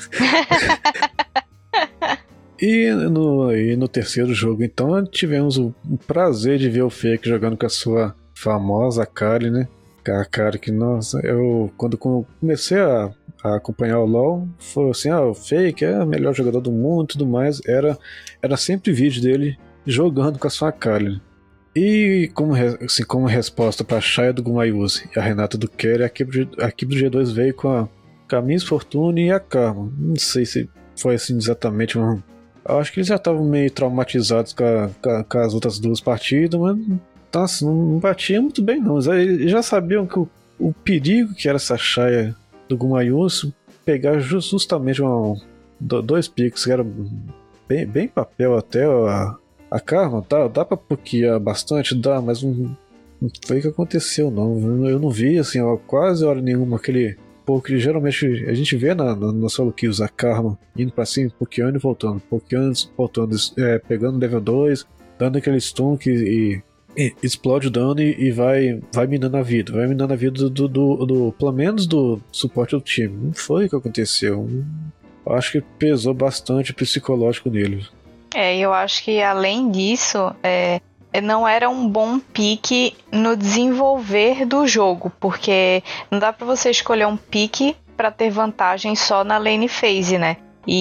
e, no, e no terceiro jogo, então, tivemos o, o prazer de ver o Faker jogando com a sua famosa Akali, né? A Akali que, nossa, eu quando comecei a a acompanhar o LoL, foi assim, ah, o Fake é o melhor jogador do mundo e tudo mais, era, era sempre vídeo dele jogando com a sua Akali. E como, assim, como resposta para a Xayah do Gumayusi e a Renata do Kery, a equipe, a equipe do G dois veio com a, com a Miss Fortune e a Karma. Não sei se foi assim exatamente, mas eu acho que eles já estavam meio traumatizados com, a, com, a, com as outras duas partidas, mas nossa, não, não batia muito bem não. Eles já sabiam que o, o perigo que era essa Xayah do Gumayusi pegar justamente uma, dois picks que eram bem, bem papel até a, a Karma, tá, dá pra pokear bastante, dá, mas não, não foi o que aconteceu não, eu não vi assim, ó, quase hora nenhuma aquele poke, geralmente a gente vê na, na, na solo kills a Karma indo pra cima, pokeando e voltando, pokeando, voltando, é, pegando level dois, dando aquele stun que, e explode o dano e, e vai, vai minando a vida, vai minando a vida do, do, do, do pelo menos do suporte do time. Não foi o que aconteceu. Eu acho que pesou bastante o psicológico nele. É, eu acho que além disso, é, não era um bom pique no desenvolver do jogo, porque não dá pra você escolher um pique pra ter vantagem só na lane phase, né?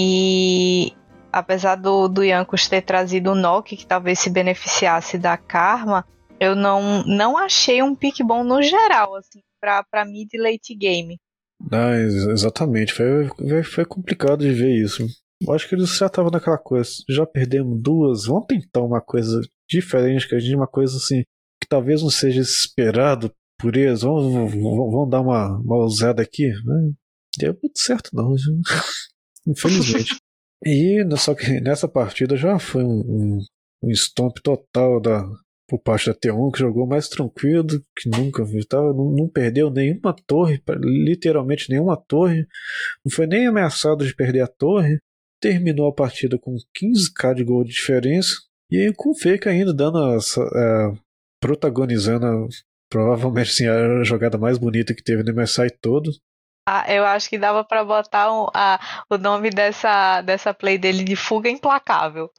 E apesar do, do Jankos ter trazido o Nock, que talvez se beneficiasse da Karma, eu não, não achei um pick bom no geral, assim, pra, pra mid e late game. Ah, exatamente, foi, foi complicado de ver isso. Eu acho que eles já estavam naquela coisa, já perdemos duas, vamos tentar uma coisa diferente, que a gente, uma coisa assim, que talvez não seja esperado por eles, vamos, vamos, vamos dar uma, uma ousada aqui. Não deu muito certo não, infelizmente. E só que nessa partida já foi um, um, um stomp total da, por parte da T um, que jogou mais tranquilo do que nunca. Tava, não, não perdeu nenhuma torre, literalmente nenhuma torre. Não foi nem ameaçado de perder a torre. Terminou a partida com quinze k de gol de diferença. E aí com o Faker ainda dando essa, uh, protagonizando provavelmente assim, a jogada mais bonita que teve no M S I todo. Ah, eu acho que dava pra botar um, a, o nome dessa, dessa play dele de Fuga Implacável.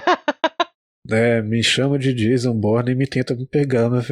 É, me chama de Jason Bourne e me tenta me pegar, né?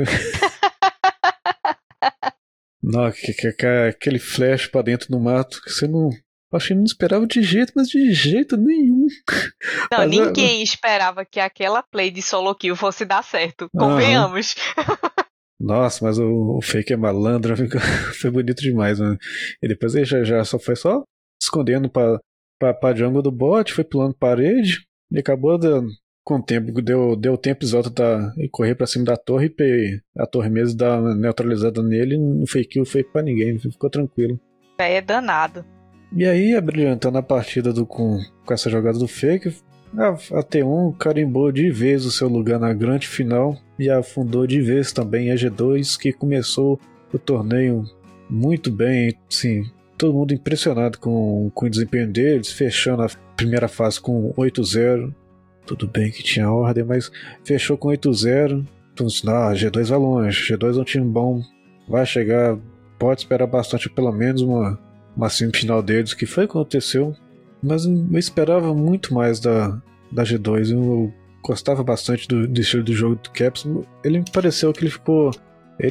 Não, que, que, que, aquele flash pra dentro do mato que você não... Acho que não esperava de jeito, mas de jeito nenhum. Não, mas, ninguém é... esperava que aquela play de solo kill fosse dar certo. Convenhamos. Uhum. Nossa, mas o, o Fake é malandro, foi bonito demais, mano. E depois ele já, já só foi só escondendo pra, pra, pra jungle do bot, foi pulando parede e acabou dando, com o tempo, deu, deu tempo exato da correr pra cima da torre e a torre mesmo dar uma neutralizada nele, não foi kill, foi pra ninguém, ficou tranquilo. É danado. E aí, abrilhantando a partida do, com, com essa jogada do Fake, a, a T um carimbou de vez o seu lugar na grande final e afundou de vez também a G dois, que começou o torneio muito bem, sim, todo mundo impressionado com, com o desempenho deles, fechando a primeira fase com oito a zero. Tudo bem que tinha ordem, mas fechou com oito a zero. Então, não, a G dois vai longe, G dois é um time bom, vai chegar, pode esperar bastante, pelo menos uma, uma semifinal deles, que foi o que aconteceu. Mas eu esperava muito mais da, da G dois. Eu gostava bastante do, do estilo do jogo do Caps. Ele me pareceu que ele ficou... Ele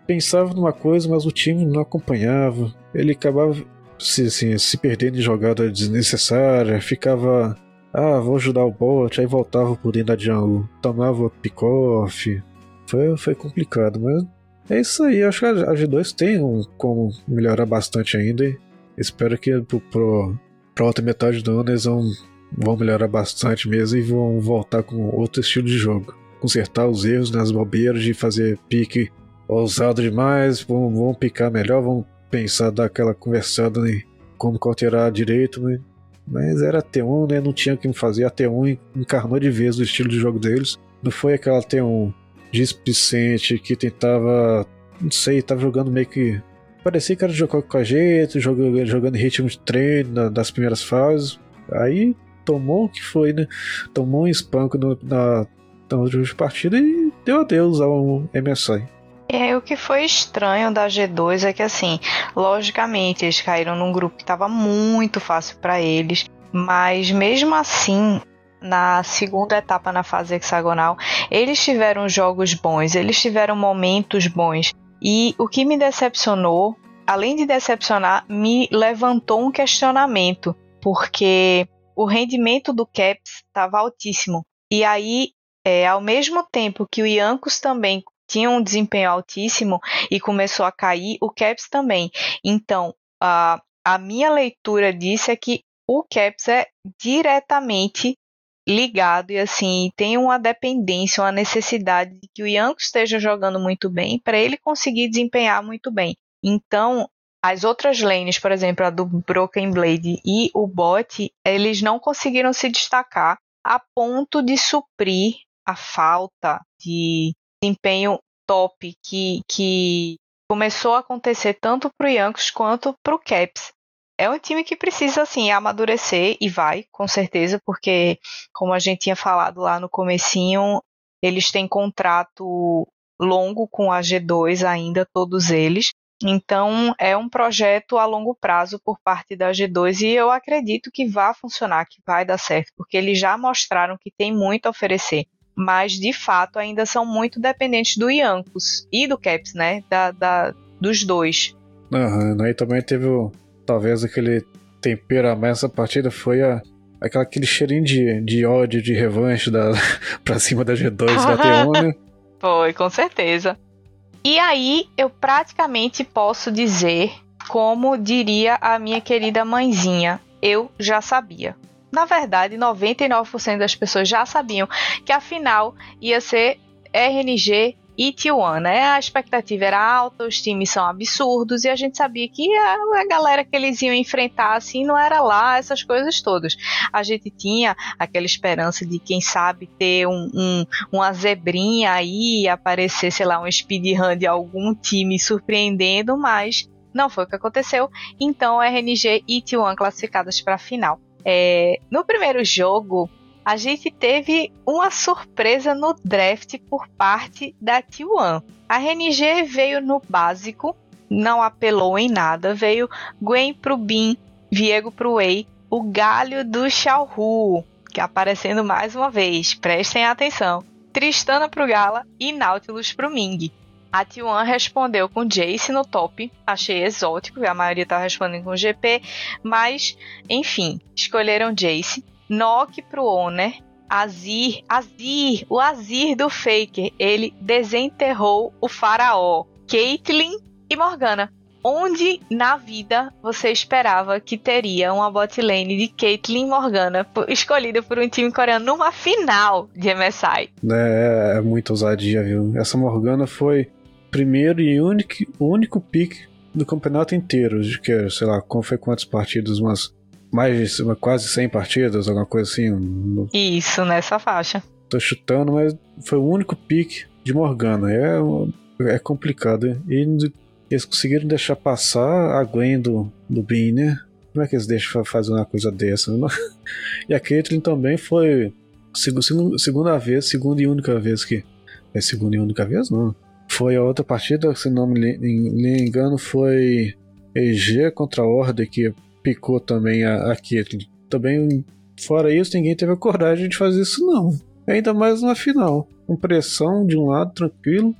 pensava numa coisa, mas o time não acompanhava. Ele acabava se, assim, se perdendo em jogada desnecessária, ficava... Ah, vou ajudar o bot, aí voltava por dentro da jungle, tomava pick-off. Foi, foi complicado, mas é isso aí. Acho que a G dois tem um, como melhorar bastante ainda. E espero que pro, pro, pra outra metade do ano eles vão, vão melhorar bastante mesmo e vão voltar com outro estilo de jogo. Consertar os erros nas bobeiras de fazer pique ousado demais, vão, vão picar melhor, vão pensar, dar aquela conversada em como alterar direito, né? Mas era T um, né? Não tinha o que fazer. A T um encarnou de vez o estilo de jogo deles. Não foi aquela T um displicente que tentava, não sei, tava jogando meio que... Parecia que era jogar com a gente, jogando, jogando em ritmo de treino na, das primeiras fases. Aí tomou o que foi, né? Tomou um espanco no, na, na última partida e deu adeus ao M S I. É, o que foi estranho da G dois é que, assim, logicamente eles caíram num grupo que estava muito fácil para eles, mas mesmo assim, na segunda etapa na fase hexagonal, eles tiveram jogos bons, eles tiveram momentos bons, e o que me decepcionou, além de decepcionar, me levantou um questionamento, porque o rendimento do Caps estava altíssimo, e aí, é, ao mesmo tempo que o Jankos também tinha um desempenho altíssimo e começou a cair, o Caps também. Então, a, a minha leitura disso é que o Caps é diretamente ligado e assim, tem uma dependência, uma necessidade de que o Jankos esteja jogando muito bem para ele conseguir desempenhar muito bem. Então, as outras lanes, por exemplo, a do Broken Blade e o bot, eles não conseguiram se destacar a ponto de suprir a falta de desempenho top que, que começou a acontecer tanto para o Jankos quanto para o Caps. É um time que precisa, assim, amadurecer e vai, com certeza, porque, como a gente tinha falado lá no comecinho, eles têm contrato longo com a G dois ainda, todos eles. Então, é um projeto a longo prazo por parte da G dois e eu acredito que vai funcionar, que vai dar certo, porque eles já mostraram que tem muito a oferecer. Mas, de fato, ainda são muito dependentes do Jankos e do Caps, né? Da, da, dos dois. Aham, aí também teve o... Talvez aquele tempero a mais essa partida foi a, aquela, aquele cheirinho de, de ódio, de revanche da, pra cima da G dois da T um, né? Foi, com certeza. E aí eu praticamente posso dizer, como diria a minha querida mãezinha, eu já sabia. Na verdade, noventa e nove por cento das pessoas já sabiam que a final ia ser R N G e T um, né? A expectativa era alta, os times são absurdos e a gente sabia que a, a galera que eles iam enfrentar assim não era lá, essas coisas todas. A gente tinha aquela esperança de, quem sabe, ter um, um, uma zebrinha aí, aparecer, sei lá, um speedrun de algum time surpreendendo, mas não foi o que aconteceu. Então, R N G e T um classificadas para a final. É, no primeiro jogo, a gente teve uma surpresa no draft por parte da T um. A R N G veio no básico, não apelou em nada, veio Gwen pro Bin, Viego pro Wei, o galho do Xiaohu, que aparecendo mais uma vez, prestem atenção, Tristana pro Gala e Nautilus pro Ming. A T um respondeu com Jace no top, achei exótico, a maioria estava respondendo com G P, mas, enfim, escolheram Jace. Nock pro Honor, Azir, Azir, o Azir do Faker, ele desenterrou o faraó, Caitlyn e Morgana. Onde na vida você esperava que teria uma botlane de Caitlyn e Morgana escolhida por um time coreano numa final de M S I? É, é muita ousadia, viu? Essa Morgana foi primeiro e único, único pick do campeonato inteiro, de que, sei lá, como foi quantas partidas, umas mais de quase cem partidas, alguma coisa assim. No... Isso, nessa faixa. Tô chutando, mas foi o único pick de Morgana. É, é complicado. E eles conseguiram deixar passar a Gwen do, do Bin, né? Como é que eles deixam fazer uma coisa dessa? E a Caitlyn também foi seg- segunda vez, segunda e única vez que... É segunda e única vez, não. Foi a outra partida, se não me engano, foi E G contra a Order, que picou também a, a Caitlyn. Também, fora isso, ninguém teve a coragem de fazer isso, não. Ainda mais na final. Com pressão de um lado, tranquilo.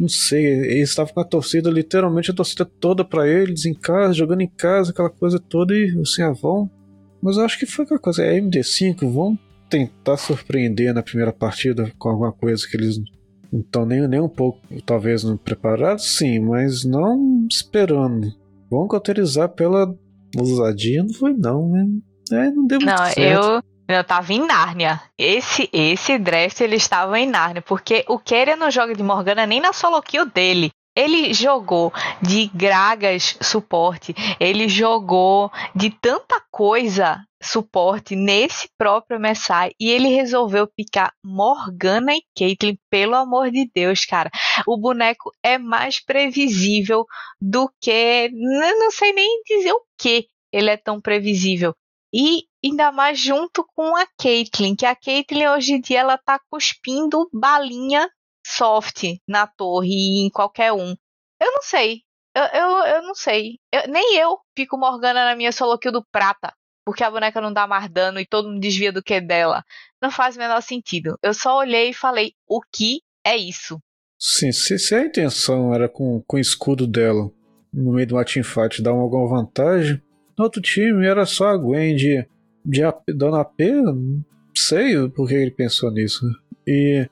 não sei, eles estavam com a torcida, literalmente a torcida toda pra eles, em casa, jogando em casa, aquela coisa toda, e assim, ah, vão. Mas eu acho que foi aquela coisa, é M D cinco, vão tentar surpreender na primeira partida com alguma coisa que eles não estão nem, nem um pouco, talvez, não preparados, sim, mas não esperando. Vão cauterizar pela ousadia, não foi não, né? É, não deu muito Não, certo. eu, eu tava em Nárnia. Esse, esse draft, eles estavam em Nárnia, porque o Keria não joga de Morgana nem na solo kill dele. Ele jogou de Gragas suporte, ele jogou de tanta coisa suporte nesse próprio M S I e ele resolveu picar Morgana e Caitlyn, pelo amor de Deus, cara. O boneco é mais previsível do que... Eu não sei nem dizer o que ele é tão previsível. E ainda mais junto com a Caitlyn, que a Caitlyn hoje em dia ela tá cuspindo balinha soft na torre e em qualquer um. Eu não sei. Eu, eu, eu não sei. Eu, nem eu pico Morgana na minha solo kill do prata, porque a boneca não dá mais dano e todo mundo desvia do que dela. Não faz o menor sentido. Eu só olhei e falei, o que é isso? Sim, se, se a intenção era com, com o escudo dela, no meio de uma teamfight, dar uma, alguma vantagem, no outro time era só a Gwen de, de A P, dando A P, não sei por que ele pensou nisso. E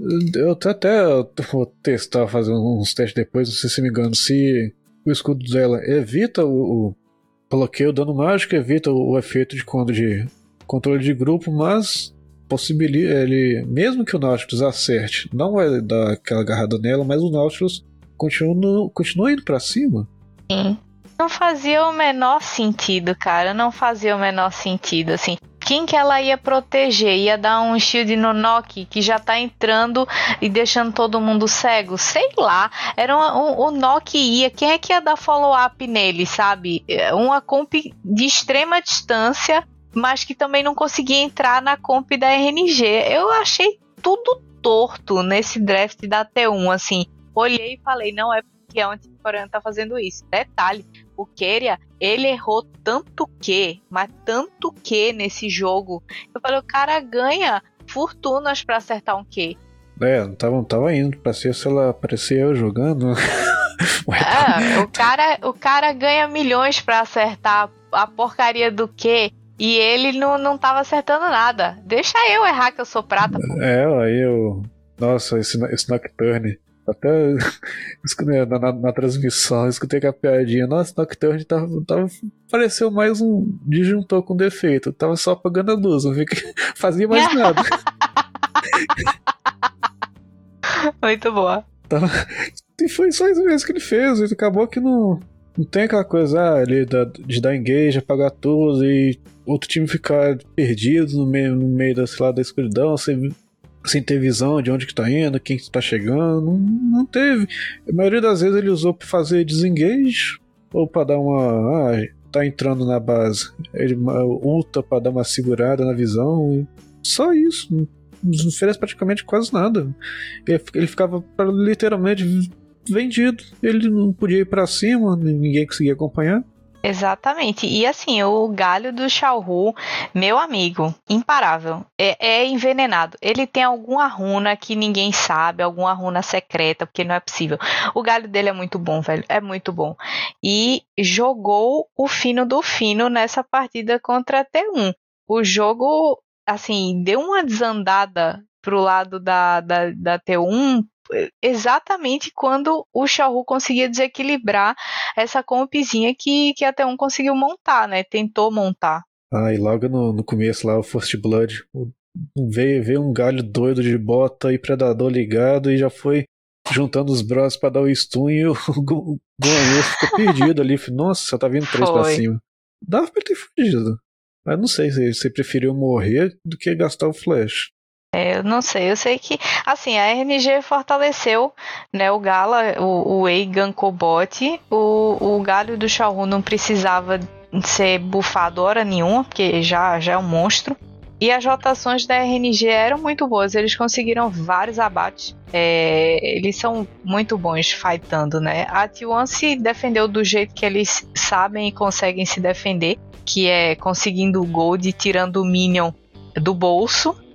eu até, até vou testar, fazer uns testes depois, não sei se me engano, se o escudo dela evita o, o bloqueio, o dano mágico, evita o, o efeito de, quando de controle de grupo, mas possibilita ele, mesmo que o Nautilus acerte, não vai dar aquela agarrada nela, mas o Nautilus continua, continua indo pra cima. Sim. Não fazia o menor sentido, cara. Não fazia o menor sentido, assim. Quem que ela ia proteger? Ia dar um shield no Nock que já tá entrando e deixando todo mundo cego? Sei lá. Era uma, um, o Nock ia. Quem é que ia dar follow-up nele, sabe? Uma comp de extrema distância, mas que também não conseguia entrar na comp da R N G. Eu achei tudo torto nesse draft da T um, assim. Olhei e falei, não é porque a anti-coreana tá fazendo isso. Detalhe, o Keria, ele errou tanto que, mas tanto que nesse jogo. Eu falei, o cara ganha fortunas pra acertar um Q. É, não tava, não tava indo pra ser se ela aparecer eu jogando. É, o cara, o cara ganha milhões pra acertar a porcaria do Q e ele não, não tava acertando nada. Deixa eu errar que eu sou prata, pô. É, aí eu... Nossa, esse, esse Nocturne... Até na, na, na transmissão eu escutei com a piadinha. Nossa, Nocturne tava, tava, pareceu mais um disjuntor com defeito. Tava só apagando a luz, não vi que fazia mais nada. Muito boa. Tava, e foi só isso mesmo que ele fez. Ele acabou que não, não tem aquela coisa ah, ele, de dar engage, apagar tudo e outro time ficar perdido no meio, no meio da, sei lá, da escuridão, sem, sem ter visão de onde que tá indo, quem que tá chegando. Não, não teve. A maioria das vezes ele usou pra fazer desengage ou pra dar uma... Ah, tá entrando na base. Ele ulta pra dar uma segurada na visão. E só isso. Não fez praticamente quase nada. Ele, ele ficava literalmente vendido. Ele não podia ir pra cima, ninguém conseguia acompanhar. Exatamente. E assim, o galho do Xiaohu, meu amigo, imparável. É, é envenenado. Ele tem alguma runa que ninguém sabe, alguma runa secreta, porque não é possível. O galho dele é muito bom, velho. É muito bom. E jogou o fino do fino nessa partida contra a T um. O jogo, assim, deu uma desandada pro lado da, da, da T um exatamente quando o Xiaohu conseguia desequilibrar essa compzinha que, que a T um conseguiu montar, né? Tentou montar. Ah, e logo no, no começo lá, o First Blood, veio, veio um galho doido de bota e predador ligado e já foi juntando os braços pra dar o stun e o Guanyu ficou perdido ali. Nossa, só tá vindo três Foi. pra cima. Dava pra ele ter fugido. Mas não sei se você preferiu morrer do que gastar o flash. É, eu não sei, eu sei que assim, a R N G fortaleceu, né, o Gala, o, o Wei gankou bot, o, o galho do Xiaohu não precisava ser bufado hora nenhuma, porque já, já é um monstro, e as rotações da R N G eram muito boas, eles conseguiram vários abates, é, eles são muito bons fightando, né, a T um se defendeu do jeito que eles sabem e conseguem se defender, que é conseguindo o gold e tirando o minion do bolso.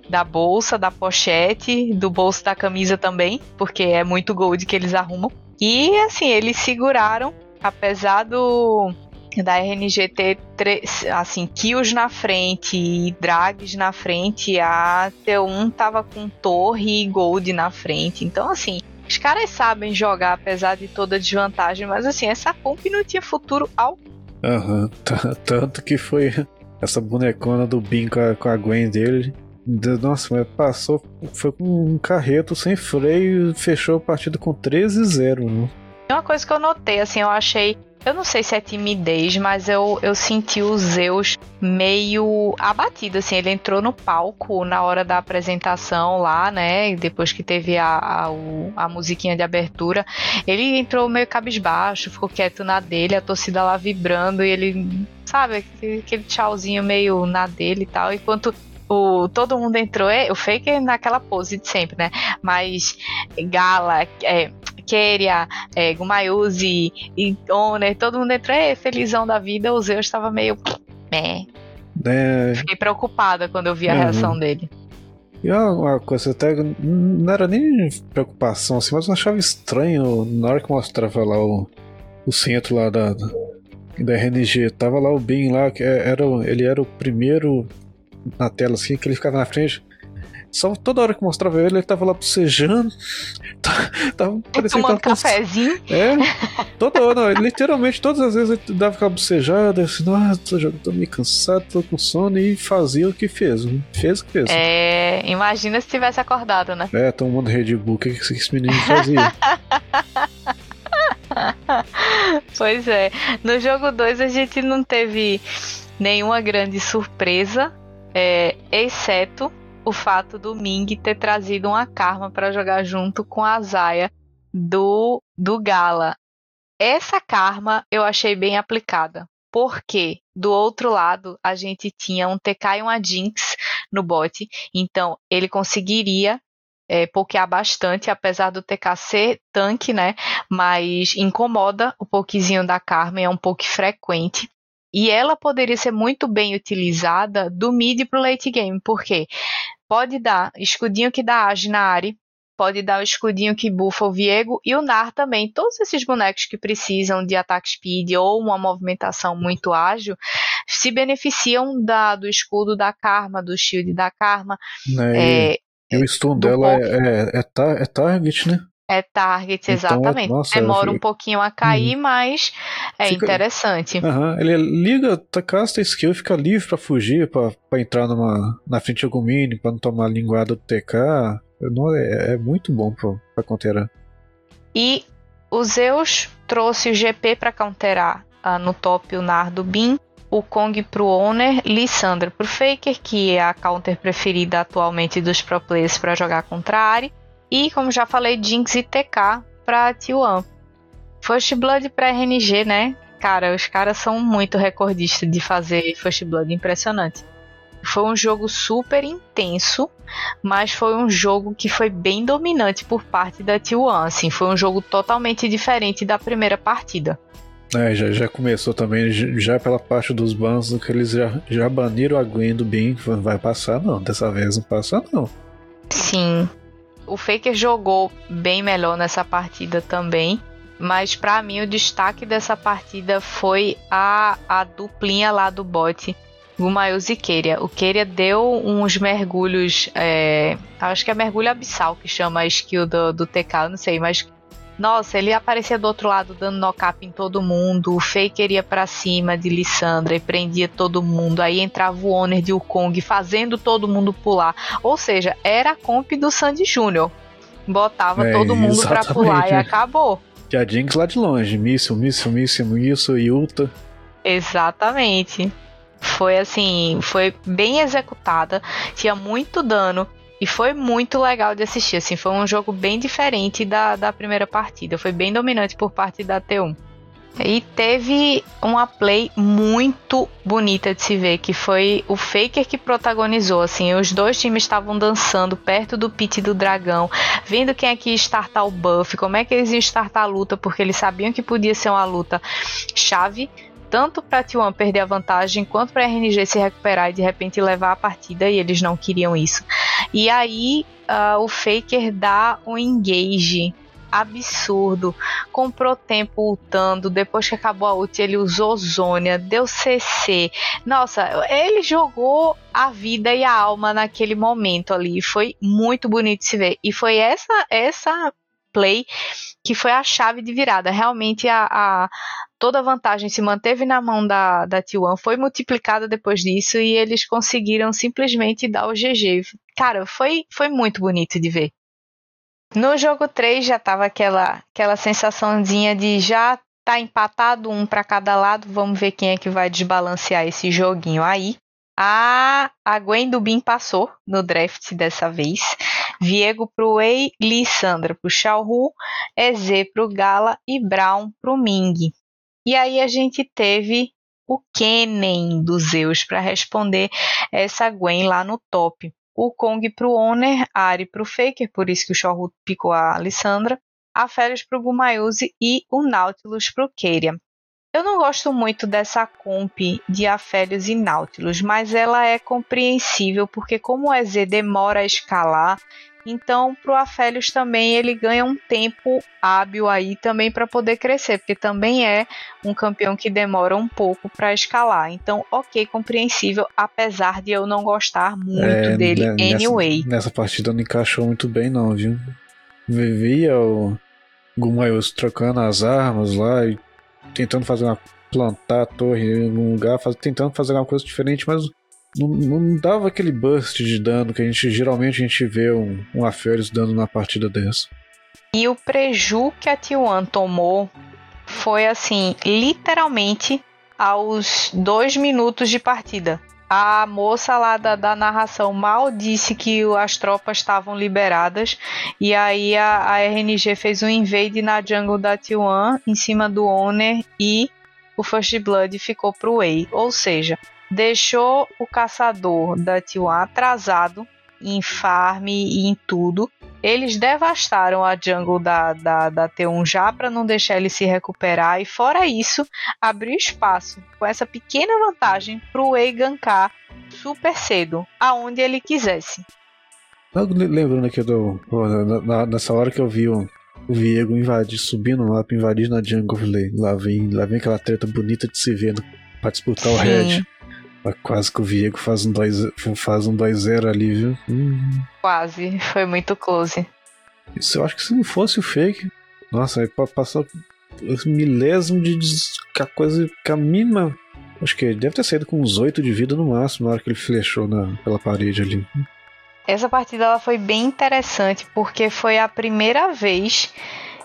da bolsa, da pochete, do bolso da camisa também, porque é muito gold que eles arrumam. E assim, eles seguraram, apesar do da R N G ter três, assim, kills na frente e drags na frente, a T um tava com torre e gold na frente. Então assim, os caras sabem jogar apesar de toda a desvantagem, mas assim, essa comp não tinha futuro ao... Aham, uhum. Tanto que foi essa bonecona do Bin com a, com a Gwen dele. Nossa, mas passou, foi com um carreto sem freio e fechou a partida com treze a zero, né? Uma coisa que eu notei, assim, eu achei... Eu não sei se é timidez, mas eu, eu senti o Zeus meio abatido, assim. Ele entrou no palco na hora da apresentação lá, né? Depois que teve a, a, o, a musiquinha de abertura. Ele entrou meio cabisbaixo, ficou quieto na dele, a torcida lá vibrando. E ele, sabe, aquele tchauzinho meio na dele e tal. Enquanto o, todo mundo entrou, é, o Faker naquela pose de sempre, né? Mas Gala, é... Keria, é, Gumayusi e Oner, todo mundo entrou é, felizão da vida. O Zeus estava meio meh. É. Fiquei preocupada quando eu vi a uhum. reação dele. E uma coisa até não era nem preocupação assim, mas eu achava estranho na hora que mostrava lá o, o centro lá da, da R N G, tava lá o Bin lá, que era, ele era o primeiro na tela assim, que ele ficava na frente. Só toda hora que mostrava ele, ele tava lá bocejando. Tava parecendo tomando cafezinho. É, toda hora, não, literalmente todas as vezes ele dava aquela bocejada, assim, ah, tô, tô meio cansado, tô com sono, e fazia o que fez. Né? Fez o que fez. É, imagina se tivesse acordado, né? É, tomando Red Bull, o que esse menino fazia? Pois é, no jogo dois a gente não teve nenhuma grande surpresa, é, exceto o fato do Ming ter trazido uma Karma para jogar junto com a Xayah do, do Gala. Essa Karma eu achei bem aplicada, porque do outro lado a gente tinha um T K e uma Jinx no bot, então ele conseguiria é, pokear bastante, apesar do T K ser tanque, né? Mas incomoda o pokezinho da Karma, é um poke frequente. E ela poderia ser muito bem utilizada do mid pro late game, porque pode dar escudinho que dá age na Ahri, pode dar o escudinho que buffa o Viego e o Gnar também. Todos esses bonecos que precisam de ataque speed ou uma movimentação muito ágil se beneficiam da, do escudo da Karma, do shield da Karma. É, é, e o stun dela é, é, é, tar, é target, né? É target, exatamente. Então, nossa, demora um pouquinho a cair, hum. mas é fica... interessante. Uhum. Ele liga, casta skill, fica livre pra fugir, pra, pra entrar numa, na frente de algum minion, pra não tomar a linguada do T K. Não, é, é muito bom pra, pra counterar. E o Zeus trouxe o G P pra counterar uh, no top o Gnar do Bin, o Kong pro Oner, Lissandra pro Faker, que é a counter preferida atualmente dos pro players pra jogar contra a Ahri. E, como já falei, Jinx e T K pra T um. First Blood pra R N G, né? Cara, os caras são muito recordistas de fazer First Blood, impressionante. Foi um jogo super intenso, mas foi um jogo que foi bem dominante por parte da T um, assim. Foi um jogo totalmente diferente da primeira partida. É, já, já começou também, já pela parte dos bans, que eles já, já baniram a Gwen do Bin, não vai passar não, dessa vez não passa não. Sim. O Faker jogou bem melhor nessa partida também, mas pra mim o destaque dessa partida foi a, a duplinha lá do bot, Gumayusi e Keria. O Keria deu uns mergulhos, é, acho que é mergulho abissal que chama a skill do, do T K, eu não sei, mas nossa, ele aparecia do outro lado dando knock-up em todo mundo, o Faker ia pra cima de Lissandra e prendia todo mundo, aí entrava o Oner de Wukong fazendo todo mundo pular, ou seja, era a comp do Sandy Júnior, botava é, todo mundo pra pular e acabou. E a Jinx lá de longe, míssil, míssil, míssil, míssil, Yuta. Exatamente, foi assim, foi bem executada, tinha muito dano. E foi muito legal de assistir, assim, foi um jogo bem diferente da, da primeira partida, foi bem dominante por parte da T um. E teve uma play muito bonita de se ver, que foi o Faker que protagonizou, assim, os dois times estavam dançando perto do pit do dragão, vendo quem é que ia startar o buff, como é que eles iam startar a luta, porque eles sabiam que podia ser uma luta chave, tanto para T um perder a vantagem, quanto para a R N G se recuperar e de repente levar a partida, e eles não queriam isso. E aí uh, o Faker dá um engage absurdo, comprou tempo ultando, depois que acabou a ult ele usou Zhonya, deu C C, nossa, ele jogou a vida e a alma naquele momento ali, foi muito bonito de se ver, e foi essa, essa play que foi a chave de virada, realmente a, a, toda a vantagem se manteve na mão da, da T um, foi multiplicada depois disso e eles conseguiram simplesmente dar o G G, cara, foi, foi muito bonito de ver. No jogo três já tava aquela, aquela sensaçãozinha de já tá empatado um para cada lado, vamos ver quem é que vai desbalancear esse joguinho aí. A, a Gwen do Bin passou no draft dessa vez, Viego pro Wei, Lissandra pro Xiaohu, E Z pro Gala e Brown pro Ming. E aí a gente teve o Kennen dos Zeus para responder essa Gwen lá no top. O Kong pro Honor, a Ahri pro Faker, por isso que o Xiaohu picou a Lissandra, a Aphelios pro Gumayusi e o Nautilus pro Keria. Eu não gosto muito dessa comp de Aphelios e Nautilus, mas ela é compreensível, porque como o E Z demora a escalar, então pro Aphelios também ele ganha um tempo hábil aí também para poder crescer, porque também é um campeão que demora um pouco para escalar. Então, ok, compreensível, apesar de eu não gostar muito é, dele nessa, anyway. Nessa partida não encaixou muito bem não, viu? Vivia o Gumayusi trocando as armas lá e tentando fazer uma plantar a torre em algum lugar, faz, tentando fazer alguma coisa diferente, mas não, não dava aquele burst de dano que a gente geralmente a gente vê um, um Aphelios dando na partida dessa. E o preju que a T um tomou foi assim, literalmente aos dois minutos de partida. A moça lá da, da narração mal disse que as tropas estavam liberadas e aí a, a R N G fez um invade na jungle da T um em cima do Honor e o First Blood ficou pro Wei. Ou seja, deixou o caçador da T um atrasado em farm e em tudo. Eles devastaram a jungle da, da, da T um já para não deixar ele se recuperar. E fora isso, abriu espaço com essa pequena vantagem pro Wei gankar super cedo, aonde ele quisesse. Lembrando aqui do, na, nessa hora que eu vi o, o Viego invadir, subir no mapa, invadir na jungle, lá vem, lá vem aquela treta bonita de se ver para disputar Sim. o Red. Quase que o Viego faz um dois faz um dois zero ali, viu? Hum. Quase, foi muito close. Isso eu acho que se não fosse o Fake, nossa, aí passou milésimo de que a coisa, que a mínima, acho que ele deve ter saído com uns oito de vida no máximo na hora que ele flechou na, pela parede ali. Essa partida ela foi bem interessante porque foi a primeira vez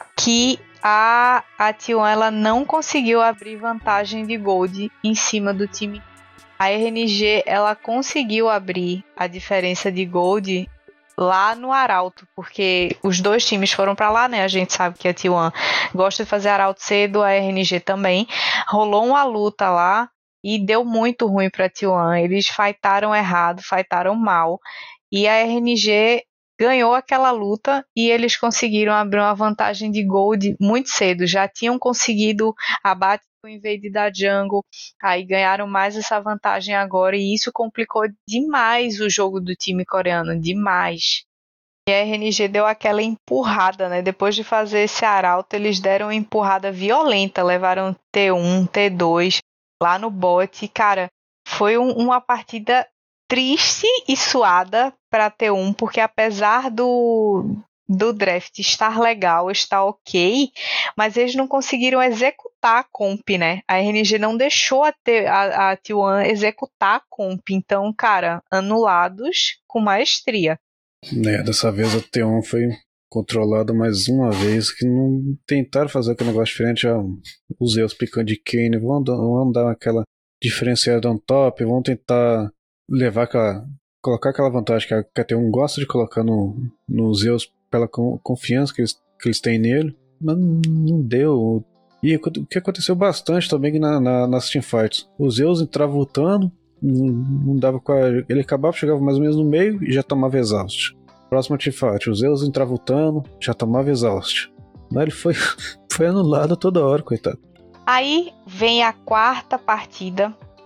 que a, a T um ela não conseguiu abrir vantagem de gold em cima do time. A R N G ela conseguiu abrir a diferença de gold lá no Arauto, porque os dois times foram para lá, né? A gente sabe que a T um gosta de fazer Arauto cedo, a R N G também. Rolou uma luta lá e deu muito ruim para a T um. Eles fightaram errado, fightaram mal. E a R N G ganhou aquela luta e eles conseguiram abrir uma vantagem de gold muito cedo. Já tinham conseguido abate com o invade da jungle, aí ganharam mais essa vantagem agora e isso complicou demais o jogo do time coreano, demais. E a R N G deu aquela empurrada, né? Depois de fazer esse arauto, eles deram uma empurrada violenta, levaram T um, T dois lá no bot. E, cara, foi um, uma partida triste e suada para T um, porque apesar do, do draft estar legal, estar ok, mas eles não conseguiram executar a comp, né? A R N G não deixou a, T, a, a T um executar a comp, então, cara, anulados com maestria. É, dessa vez a T um foi controlada mais uma vez, que não tentaram fazer aquele negócio diferente, já os Zeus picando de Kayn, vão, vão dar aquela diferenciada on top, vão tentar levar aquela, colocar aquela vantagem que a, que a T um gosta de colocar no, no Zeus pela confiança que eles, que eles têm nele, mas não deu. E o que aconteceu bastante também na, na, nas teamfights, os Zeus entravam lutando, não, não dava com a, ele acabava, chegava mais ou menos no meio e já tomava exaust. Próxima teamfight, os Zeus entravam lutando, já tomava exaust. Mas ele foi, foi anulado toda hora, coitado. Aí vem a quarta partida,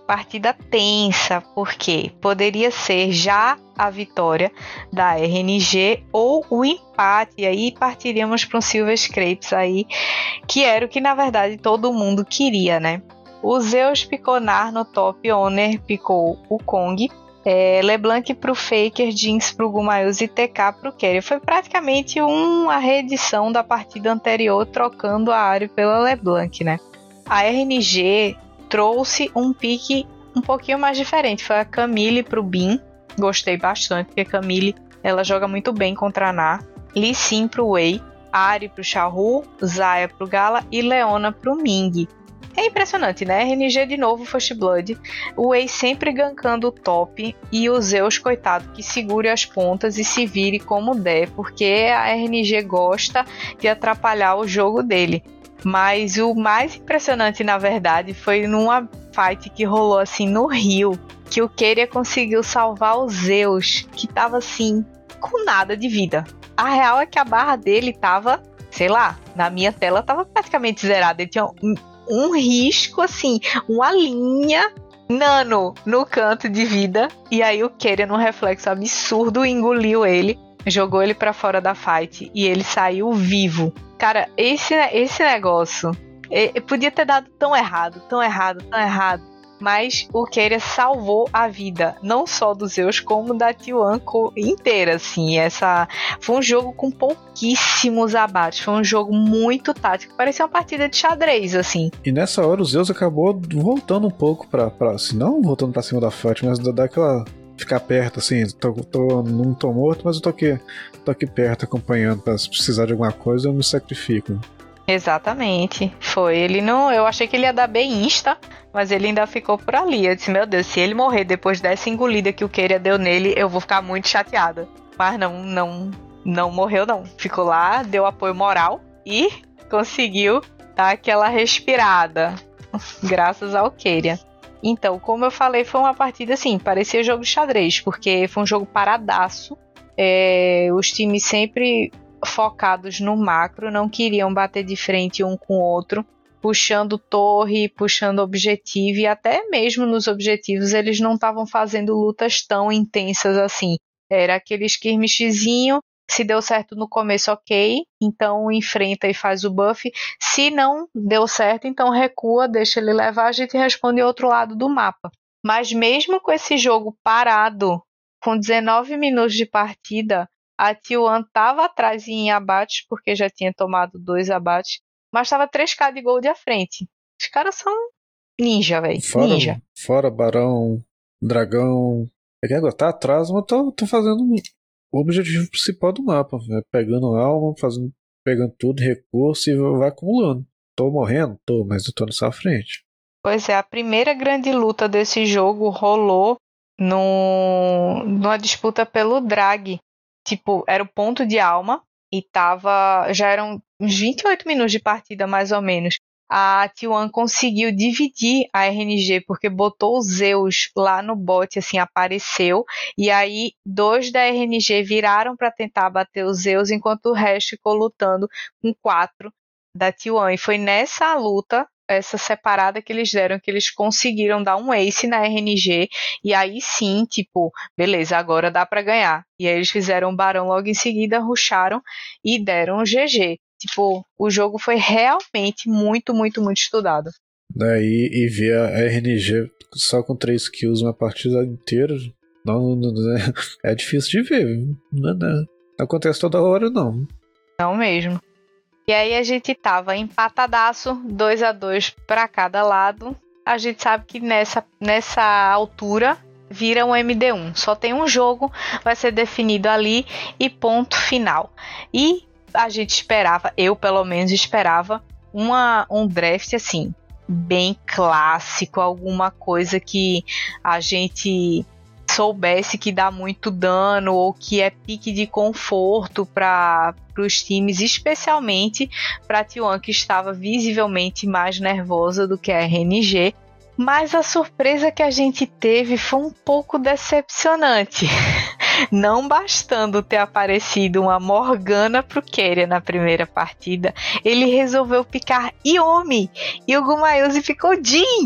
partida tensa, porque poderia ser já a vitória da R N G ou o empate, e aí partiríamos para um Silver Scrapes aí, que era o que na verdade todo mundo queria, né? O Zeus picou Nar no top, Honor picou o Kong, é, LeBlanc pro Faker, Jinx pro Gumayus e T K pro Keria. Foi praticamente uma reedição da partida anterior, trocando a Ahri pela LeBlanc, né? A R N G trouxe um pique um pouquinho mais diferente, foi a Camille pro Bin, gostei bastante, porque Camille ela joga muito bem contra a Nar, Lee Sin pro Wei, Ahri pro Xiaohu, Xayah pro Gala e Leona pro Ming. É impressionante, né? R N G de novo, First Blood. O Wei sempre gankando o top. E o Zeus, coitado, que segure as pontas e se vire como der. Porque a R N G gosta de atrapalhar o jogo dele. Mas o mais impressionante, na verdade, foi numa fight que rolou assim no Rio. Que o Keria conseguiu salvar o Zeus. Que tava assim, com nada de vida. A real é que a barra dele tava, sei lá, na minha tela tava praticamente zerada. Ele tinha um... um risco, assim, uma linha nano no canto de vida. E aí o Keria, num reflexo absurdo, engoliu ele, jogou ele pra fora da fight e ele saiu vivo. Cara, esse, esse negócio é, podia ter dado tão errado, tão errado, tão errado. Mas o Keria salvou a vida, não só do Zeus, como da T um inteira, assim. Essa foi um jogo com pouquíssimos abates, foi um jogo muito tático, parecia uma partida de xadrez, assim. E nessa hora o Zeus acabou voltando um pouco pra, pra assim, não voltando pra cima da fight, mas daquela... ficar perto, assim, tô, tô, não tô morto, mas eu tô aqui, tô aqui perto acompanhando, pra se precisar de alguma coisa eu me sacrifico. Exatamente, foi, ele não, eu achei que ele ia dar bem insta, mas ele ainda ficou por ali. Eu disse, meu Deus, se ele morrer depois dessa engolida que o Keria deu nele, eu vou ficar muito chateada. Mas não, não, não morreu não, ficou lá, deu apoio moral e conseguiu dar aquela respirada, graças ao Keria. Então, como eu falei, foi uma partida assim, parecia jogo de xadrez, porque foi um jogo paradaço, é, os times sempre focados no macro, não queriam bater de frente um com o outro, puxando torre, puxando objetivo, e até mesmo nos objetivos eles não estavam fazendo lutas tão intensas assim. Era aquele skirmishzinho, se deu certo no começo, ok, então enfrenta e faz o buff. Se não deu certo, então recua, deixa ele levar, a gente responde ao outro lado do mapa. Mas mesmo com esse jogo parado, com dezenove minutos de partida, a T um estava atrás em abates, porque já tinha tomado dois abates, mas estava três K de gold à frente. Os caras são ninja, velho. Ninja. Fora Barão, Dragão. É que agora tá atrás, mas tô, tô fazendo o objetivo principal do mapa. Véio. Pegando alma, fazendo, pegando tudo, recurso e vai acumulando. Tô morrendo? Tô, mas eu tô nessa frente. Pois é, a primeira grande luta desse jogo rolou no, numa disputa pelo drag. Tipo, era o ponto de alma e tava, já eram uns vinte e oito minutos de partida, mais ou menos. A T um conseguiu dividir a R N G, porque botou o Zeus lá no bot, assim, apareceu. E aí, dois da R N G viraram para tentar bater o Zeus, enquanto o resto ficou lutando com quatro da T um. E foi nessa luta, essa separada que eles deram, que eles conseguiram dar um ace na R N G, e aí sim, tipo, beleza, agora dá pra ganhar. E aí eles fizeram um barão logo em seguida, rusharam e deram um G G. Tipo, o jogo foi realmente muito, muito, muito estudado. Daí, e ver a R N G só com três kills uma partida inteira, não, não, não é difícil de ver, não, não, não acontece toda hora, não. Não mesmo. E aí a gente tava empatadaço, dois a dois para cada lado. A gente sabe que nessa, nessa altura vira um M D um. Só tem um jogo, vai ser definido ali e ponto final. E a gente esperava, eu pelo menos esperava, uma, um draft assim, bem clássico, alguma coisa que a gente soubesse que dá muito dano ou que é pique de conforto para os times, especialmente para a T um, que estava visivelmente mais nervosa do que a R N G. Mas a surpresa que a gente teve foi um pouco decepcionante. Não bastando ter aparecido uma Morgana pro Keria na primeira partida, ele resolveu picar Yomi e o Gumayusi ficou Jhin.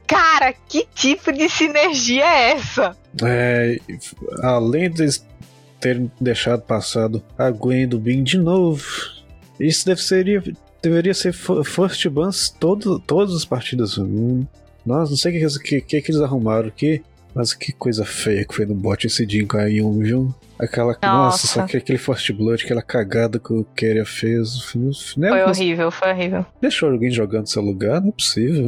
Cara, que tipo de sinergia é essa? É, além de terem deixado passado a Gwen do Bin de novo, isso deve seria, deveria ser first bans todo, todas as partidas. Hum, nossa, não sei o que, que, que, que eles arrumaram aqui, mas que coisa feia que foi no bot esse Jin com a Yumi, viu? Aquela, nossa, nossa só que aquele First Blood, aquela cagada que o Keria fez. Não é, foi horrível, foi horrível. Deixou alguém jogando no seu lugar? Não é possível.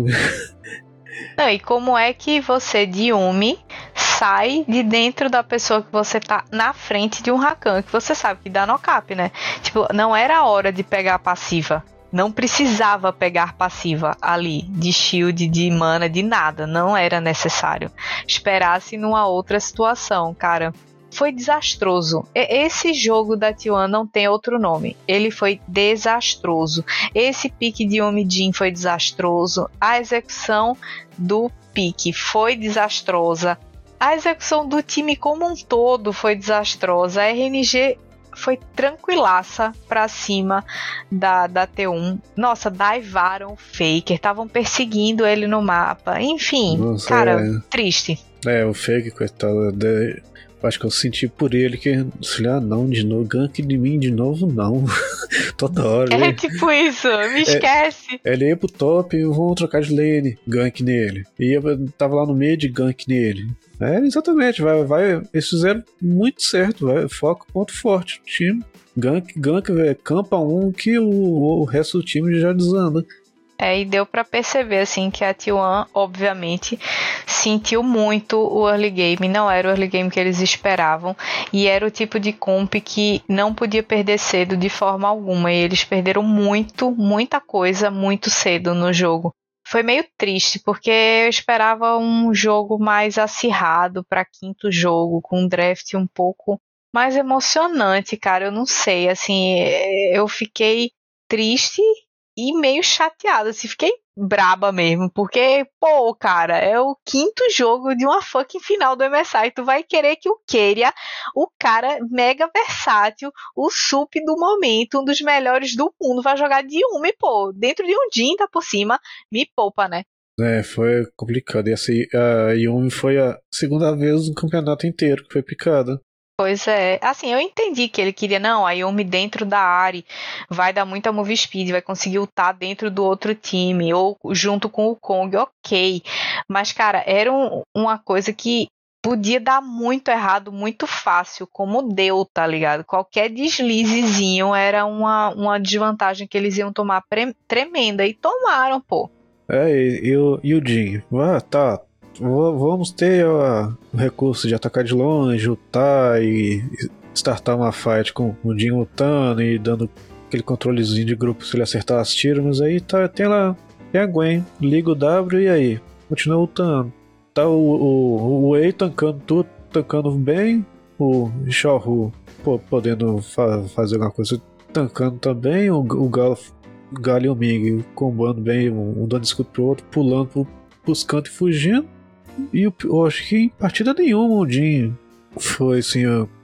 Não, e como é que você, de Yumi, sai de dentro da pessoa que você tá na frente de um Rakan, que você sabe que dá no-cap, né? Tipo, não era a hora de pegar a passiva. Não precisava pegar passiva ali, de shield, de mana, de nada. Não era necessário. Esperasse numa outra situação, cara. Foi desastroso. Esse jogo da T um não tem outro nome. Ele foi desastroso. Esse pique de Yumi Jin foi desastroso. A execução do pique foi desastrosa. A execução do time como um todo foi desastrosa. A R N G foi tranquilaça pra cima da, da T um. Nossa, daivaram o Faker. Estavam perseguindo ele no mapa. Enfim, Nossa, cara, é... triste. É, o Faker, coitado, de... acho que eu senti por ele que, falei, ah não, de novo, gank de mim de novo, não. Toda hora. É ele... tipo isso, me esquece. É, ele ia pro top, vamos trocar de lane, gank nele. E eu tava lá no mid, gank nele. É, exatamente, vai, vai, eles fizeram muito certo, vai, foco, ponto forte, time. Gank, gank, véio, campa um que o, o resto do time já desanda. É, e deu pra perceber, assim, que a T um, obviamente, sentiu muito o early game, não era o early game que eles esperavam, e era o tipo de comp que não podia perder cedo de forma alguma, e eles perderam muito, muita coisa, muito cedo no jogo. Foi meio triste, porque eu esperava um jogo mais acirrado para quinto jogo, com um draft um pouco mais emocionante, cara, eu não sei, assim, eu fiquei triste e meio chateada, assim, fiquei braba mesmo, porque, pô, cara, é o quinto jogo de uma fucking final do M S I, tu vai querer que o Keria, o cara mega versátil, o sup do momento, um dos melhores do mundo, vai jogar de Yumi, pô, dentro de um Jhin, tá por cima, me poupa, né? É, foi complicado, e assim, a Yumi foi a segunda vez no campeonato inteiro que foi picada. Pois é, assim, eu entendi que ele queria, não, a Yumi dentro da Ahri vai dar muita move speed, vai conseguir ultar dentro do outro time, ou junto com o Kong, ok, mas cara, era um, uma coisa que podia dar muito errado, muito fácil, como deu, tá ligado? Qualquer deslizezinho era uma, uma desvantagem que eles iam tomar pre- tremenda, e tomaram, pô. É, e, e, o, e o Jhin, ah, tá, vamos ter ó, o recurso de atacar de longe, lutar e startar uma fight com o Jhin lutando e dando aquele controlezinho de grupo se ele acertar as tiras, mas aí tá, tem lá, tem a Gwen, liga o W e aí, continua lutando. Tá o, o, o Wei tancando tudo, tancando bem, o Xiaohu podendo fa- fazer alguma coisa, tancando também, o, o Galo, Galo e o Ming combando bem, um, um dando escudo pro outro, pulando pro, pros cantos e fugindo. E eu, eu acho que em partida nenhuma o Jhin foi assim,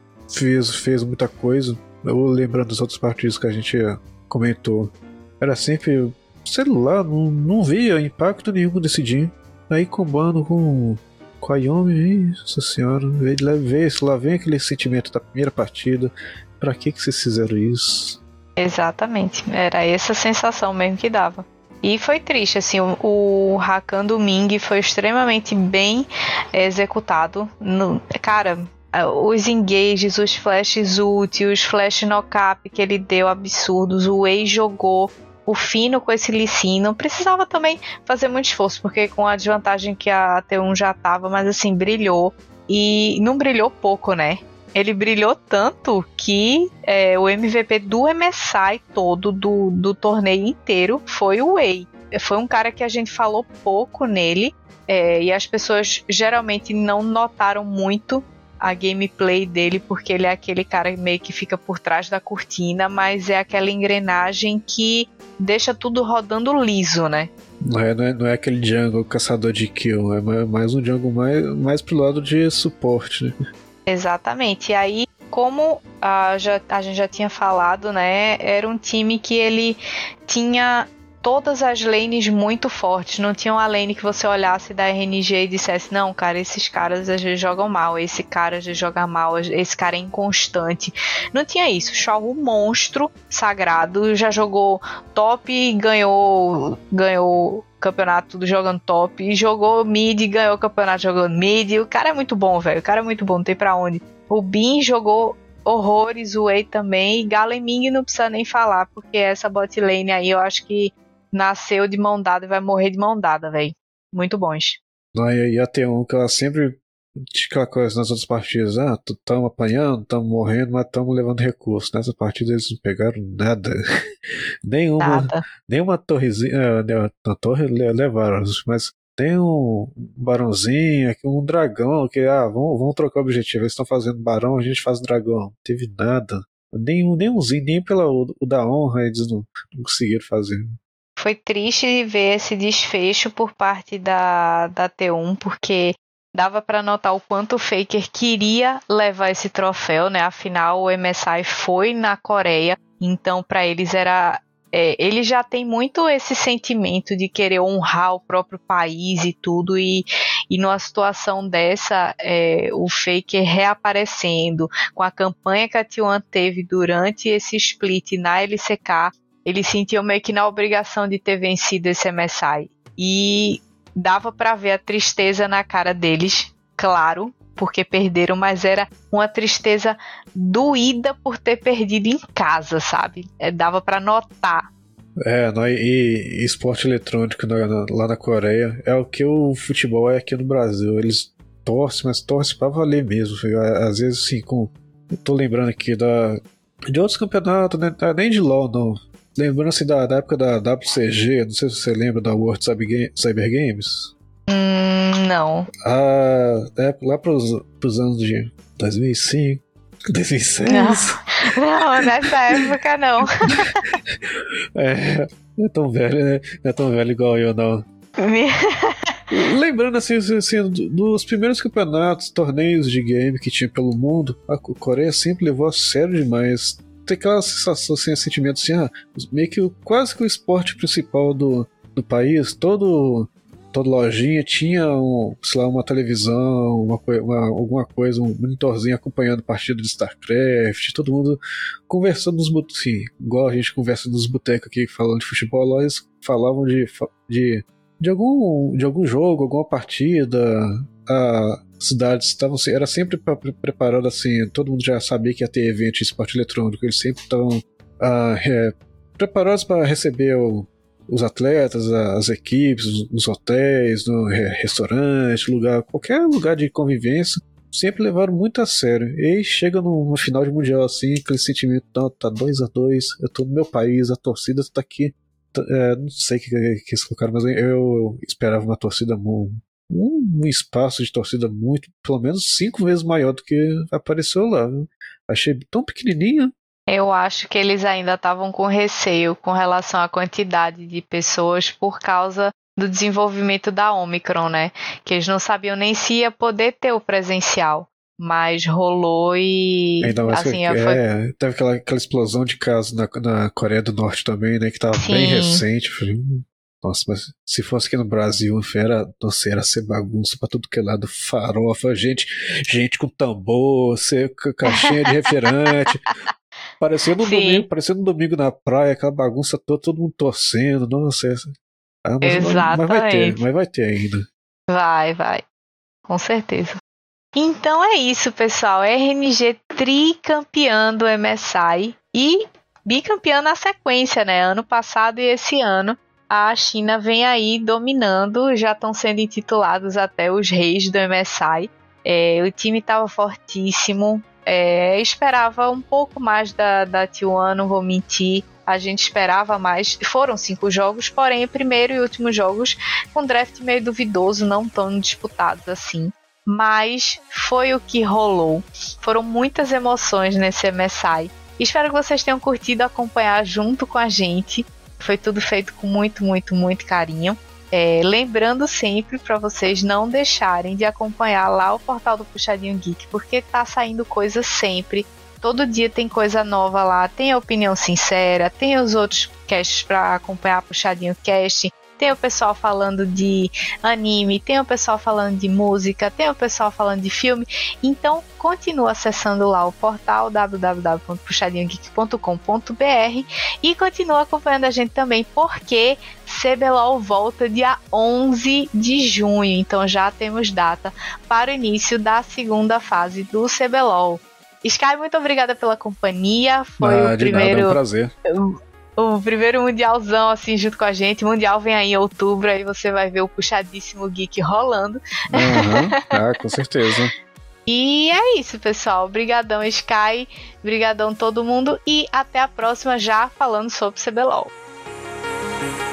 fez, fez muita coisa. Eu lembrando das outras partidas que a gente comentou, era sempre, sei lá, não, não via impacto nenhum desse Jhin. Aí combando com, com a Yumi, nossa senhora, vê, lá vem aquele sentimento da primeira partida. Pra que, que vocês fizeram isso? Exatamente, era essa sensação mesmo que dava. E foi triste, assim, o, o Rakan do Ming foi extremamente bem é, executado. No, cara, os engages, os flashes ult, os flash knock-up que ele deu, absurdos. O Wei jogou o fino com esse Lee Sin. Não precisava também fazer muito esforço, porque com a desvantagem que a T um já tava, mas assim, brilhou. E não brilhou pouco, né? Ele brilhou tanto que é, o M V P do M S I todo, do, do torneio inteiro, foi o Wei. Foi um cara que a gente falou pouco nele, é, e as pessoas geralmente não notaram muito a gameplay dele, porque ele é aquele cara meio que fica por trás da cortina, mas é aquela engrenagem que deixa tudo rodando liso, né? Não é, não é, não é aquele jungle caçador de kill, é mais um jungle mais, mais pro lado de suporte, né? Exatamente, e aí, como a, já, a gente já tinha falado, né, era um time que ele tinha todas as lanes muito fortes. Não tinha uma lane que você olhasse da R N G e dissesse, não, cara, esses caras às vezes jogam mal, esse cara às vezes joga mal, esse cara é inconstante. Não tinha isso. Shaw, um monstro sagrado, já jogou top e ganhou, ganhou campeonato tudo jogando top, e jogou mid e ganhou o campeonato jogando mid. O cara é muito bom, velho. O cara é muito bom, não tem pra onde. O Bin jogou horrores, o Wei também, e Galen Ming não precisa nem falar, porque essa bot lane aí eu acho que nasceu de mão dada e vai morrer de mão dada, velho. Muito bons. E a T um, que ela sempre tinha aquela coisa nas outras partidas, ah, estamos apanhando, estamos morrendo, mas estamos levando recurso. Nessa partida eles não pegaram nada. nenhuma, nada. Nenhuma torrezinha, na torre levaram, mas tem um barãozinho, aqui um dragão, que ah, vamos, vamos trocar o objetivo. Eles estão fazendo barão, a gente faz dragão. Não teve nada. Nenhum, nenhumzinho, nem pela o, o da honra eles não, não conseguiram fazer. Foi triste ver esse desfecho por parte da, da T um, porque dava para notar o quanto o Faker queria levar esse troféu, né? Afinal, o M S I foi na Coreia, então para eles era... É, ele já tem muito esse sentimento de querer honrar o próprio país e tudo, e, e numa situação dessa, é, o Faker reaparecendo, com a campanha que a T um teve durante esse split na L C K, ele sentiu meio que na obrigação de ter vencido esse M S I. E dava pra ver a tristeza na cara deles, claro, porque perderam, mas era uma tristeza doída por ter perdido em casa, sabe? É, dava pra notar. É, não, e, e esporte eletrônico na, na, lá na Coreia é o que o futebol é aqui no Brasil. Eles torcem, mas torcem pra valer mesmo. Às vezes, assim, com, eu tô lembrando aqui da, de outros campeonatos, né? Nem de LoL, não. Lembrando assim da, da época da W C G, não sei se você lembra da World Cyber, Cyber Games. Hum, não. Ah, é, lá pros, pros anos de dois mil e cinco, dois mil e seis. Não, não nessa época não. É, não é tão velho, né? Não é tão velho igual eu, não. Lembrando assim, assim, dos primeiros campeonatos, torneios de game que tinha pelo mundo, a Coreia sempre levou a sério demais. Tem aquela sensação, assim, sentimento assim, ah, meio que quase que o esporte principal do, do país, todo, toda lojinha tinha um, sei lá, uma televisão, uma, uma, alguma coisa, um monitorzinho acompanhando partida de StarCraft, todo mundo conversando nos botecos, assim, igual a gente conversa nos botecos aqui falando de futebol, lá eles falavam de, de, de, algum, de algum jogo, alguma partida, a cidades estavam, era sempre preparado assim, todo mundo já sabia que ia ter evento de esporte eletrônico, eles sempre estavam ah, é, preparados para receber o, os atletas, as equipes, nos hotéis, no restaurante, lugar, qualquer lugar de convivência, sempre levaram muito a sério. E aí chega no, no final de mundial assim, aquele sentimento, não, tá dois a dois, eu tô no meu país, a torcida tá aqui, é, não sei o que, que eles colocaram, mas eu, eu esperava uma torcida muito, Um, um espaço de torcida muito, pelo menos cinco vezes maior do que apareceu lá. Viu? Achei tão pequenininho. Eu acho que eles ainda estavam com receio com relação à quantidade de pessoas por causa do desenvolvimento da Omicron, né? Que eles não sabiam nem se ia poder ter o presencial. Mas rolou e... Ainda mais assim, que, foi... é, teve aquela, aquela explosão de casos na, na Coreia do Norte também, né? Que tava Sim. bem recente. Falei, hum, nossa, mas se fosse aqui no Brasil, era, nossa, era ser bagunça pra tudo que é lado, farofa, gente, gente com tambor, caixinha de refrigerante. Parecendo um, domingo, parecendo um domingo na praia, aquela bagunça toda, todo mundo torcendo, nossa. Essa... Ah, mas, Exatamente. Mas vai ter, mas vai ter ainda. Vai, vai. Com certeza. Então é isso, pessoal. R N G tricampeã do M S I e bicampeã na sequência, né? Ano passado e esse ano. A China vem aí dominando, já estão sendo intitulados até os reis do M S I. É, o time estava fortíssimo, é, esperava um pouco mais da, da T um, não vou mentir, a gente esperava mais. Foram cinco jogos, porém o primeiro e último jogos com draft meio duvidoso, não tão disputados assim. Mas foi o que rolou. Foram muitas emoções nesse M S I. Espero que vocês tenham curtido acompanhar junto com a gente. Foi tudo feito com muito, muito, muito carinho. É, lembrando sempre para vocês não deixarem de acompanhar lá o portal do Puxadinho Geek, porque tá saindo coisa sempre. todo dia tem coisa nova lá, tem a Opinião Sincera, tem os outros casts para acompanhar Puxadinho Cast, tem o pessoal falando de anime, tem o pessoal falando de música, tem o pessoal falando de filme. Então continua acessando lá o portal w w w ponto puxadinho geek ponto com ponto b r e continua acompanhando a gente também, porque C B L O L volta dia onze de junho, então já temos data para o início da segunda fase do C B L O L. Sky, muito obrigada pela companhia, foi ah, o de primeiro... nada, é um prazer. O primeiro mundialzão, assim, junto com a gente. Mundial vem aí em outubro, aí você vai ver o Puxadíssimo Geek rolando. Uhum. Ah, com certeza. E é isso, pessoal. Obrigadão, Sky. Obrigadão todo mundo. E até a próxima, já falando sobre C B L O L.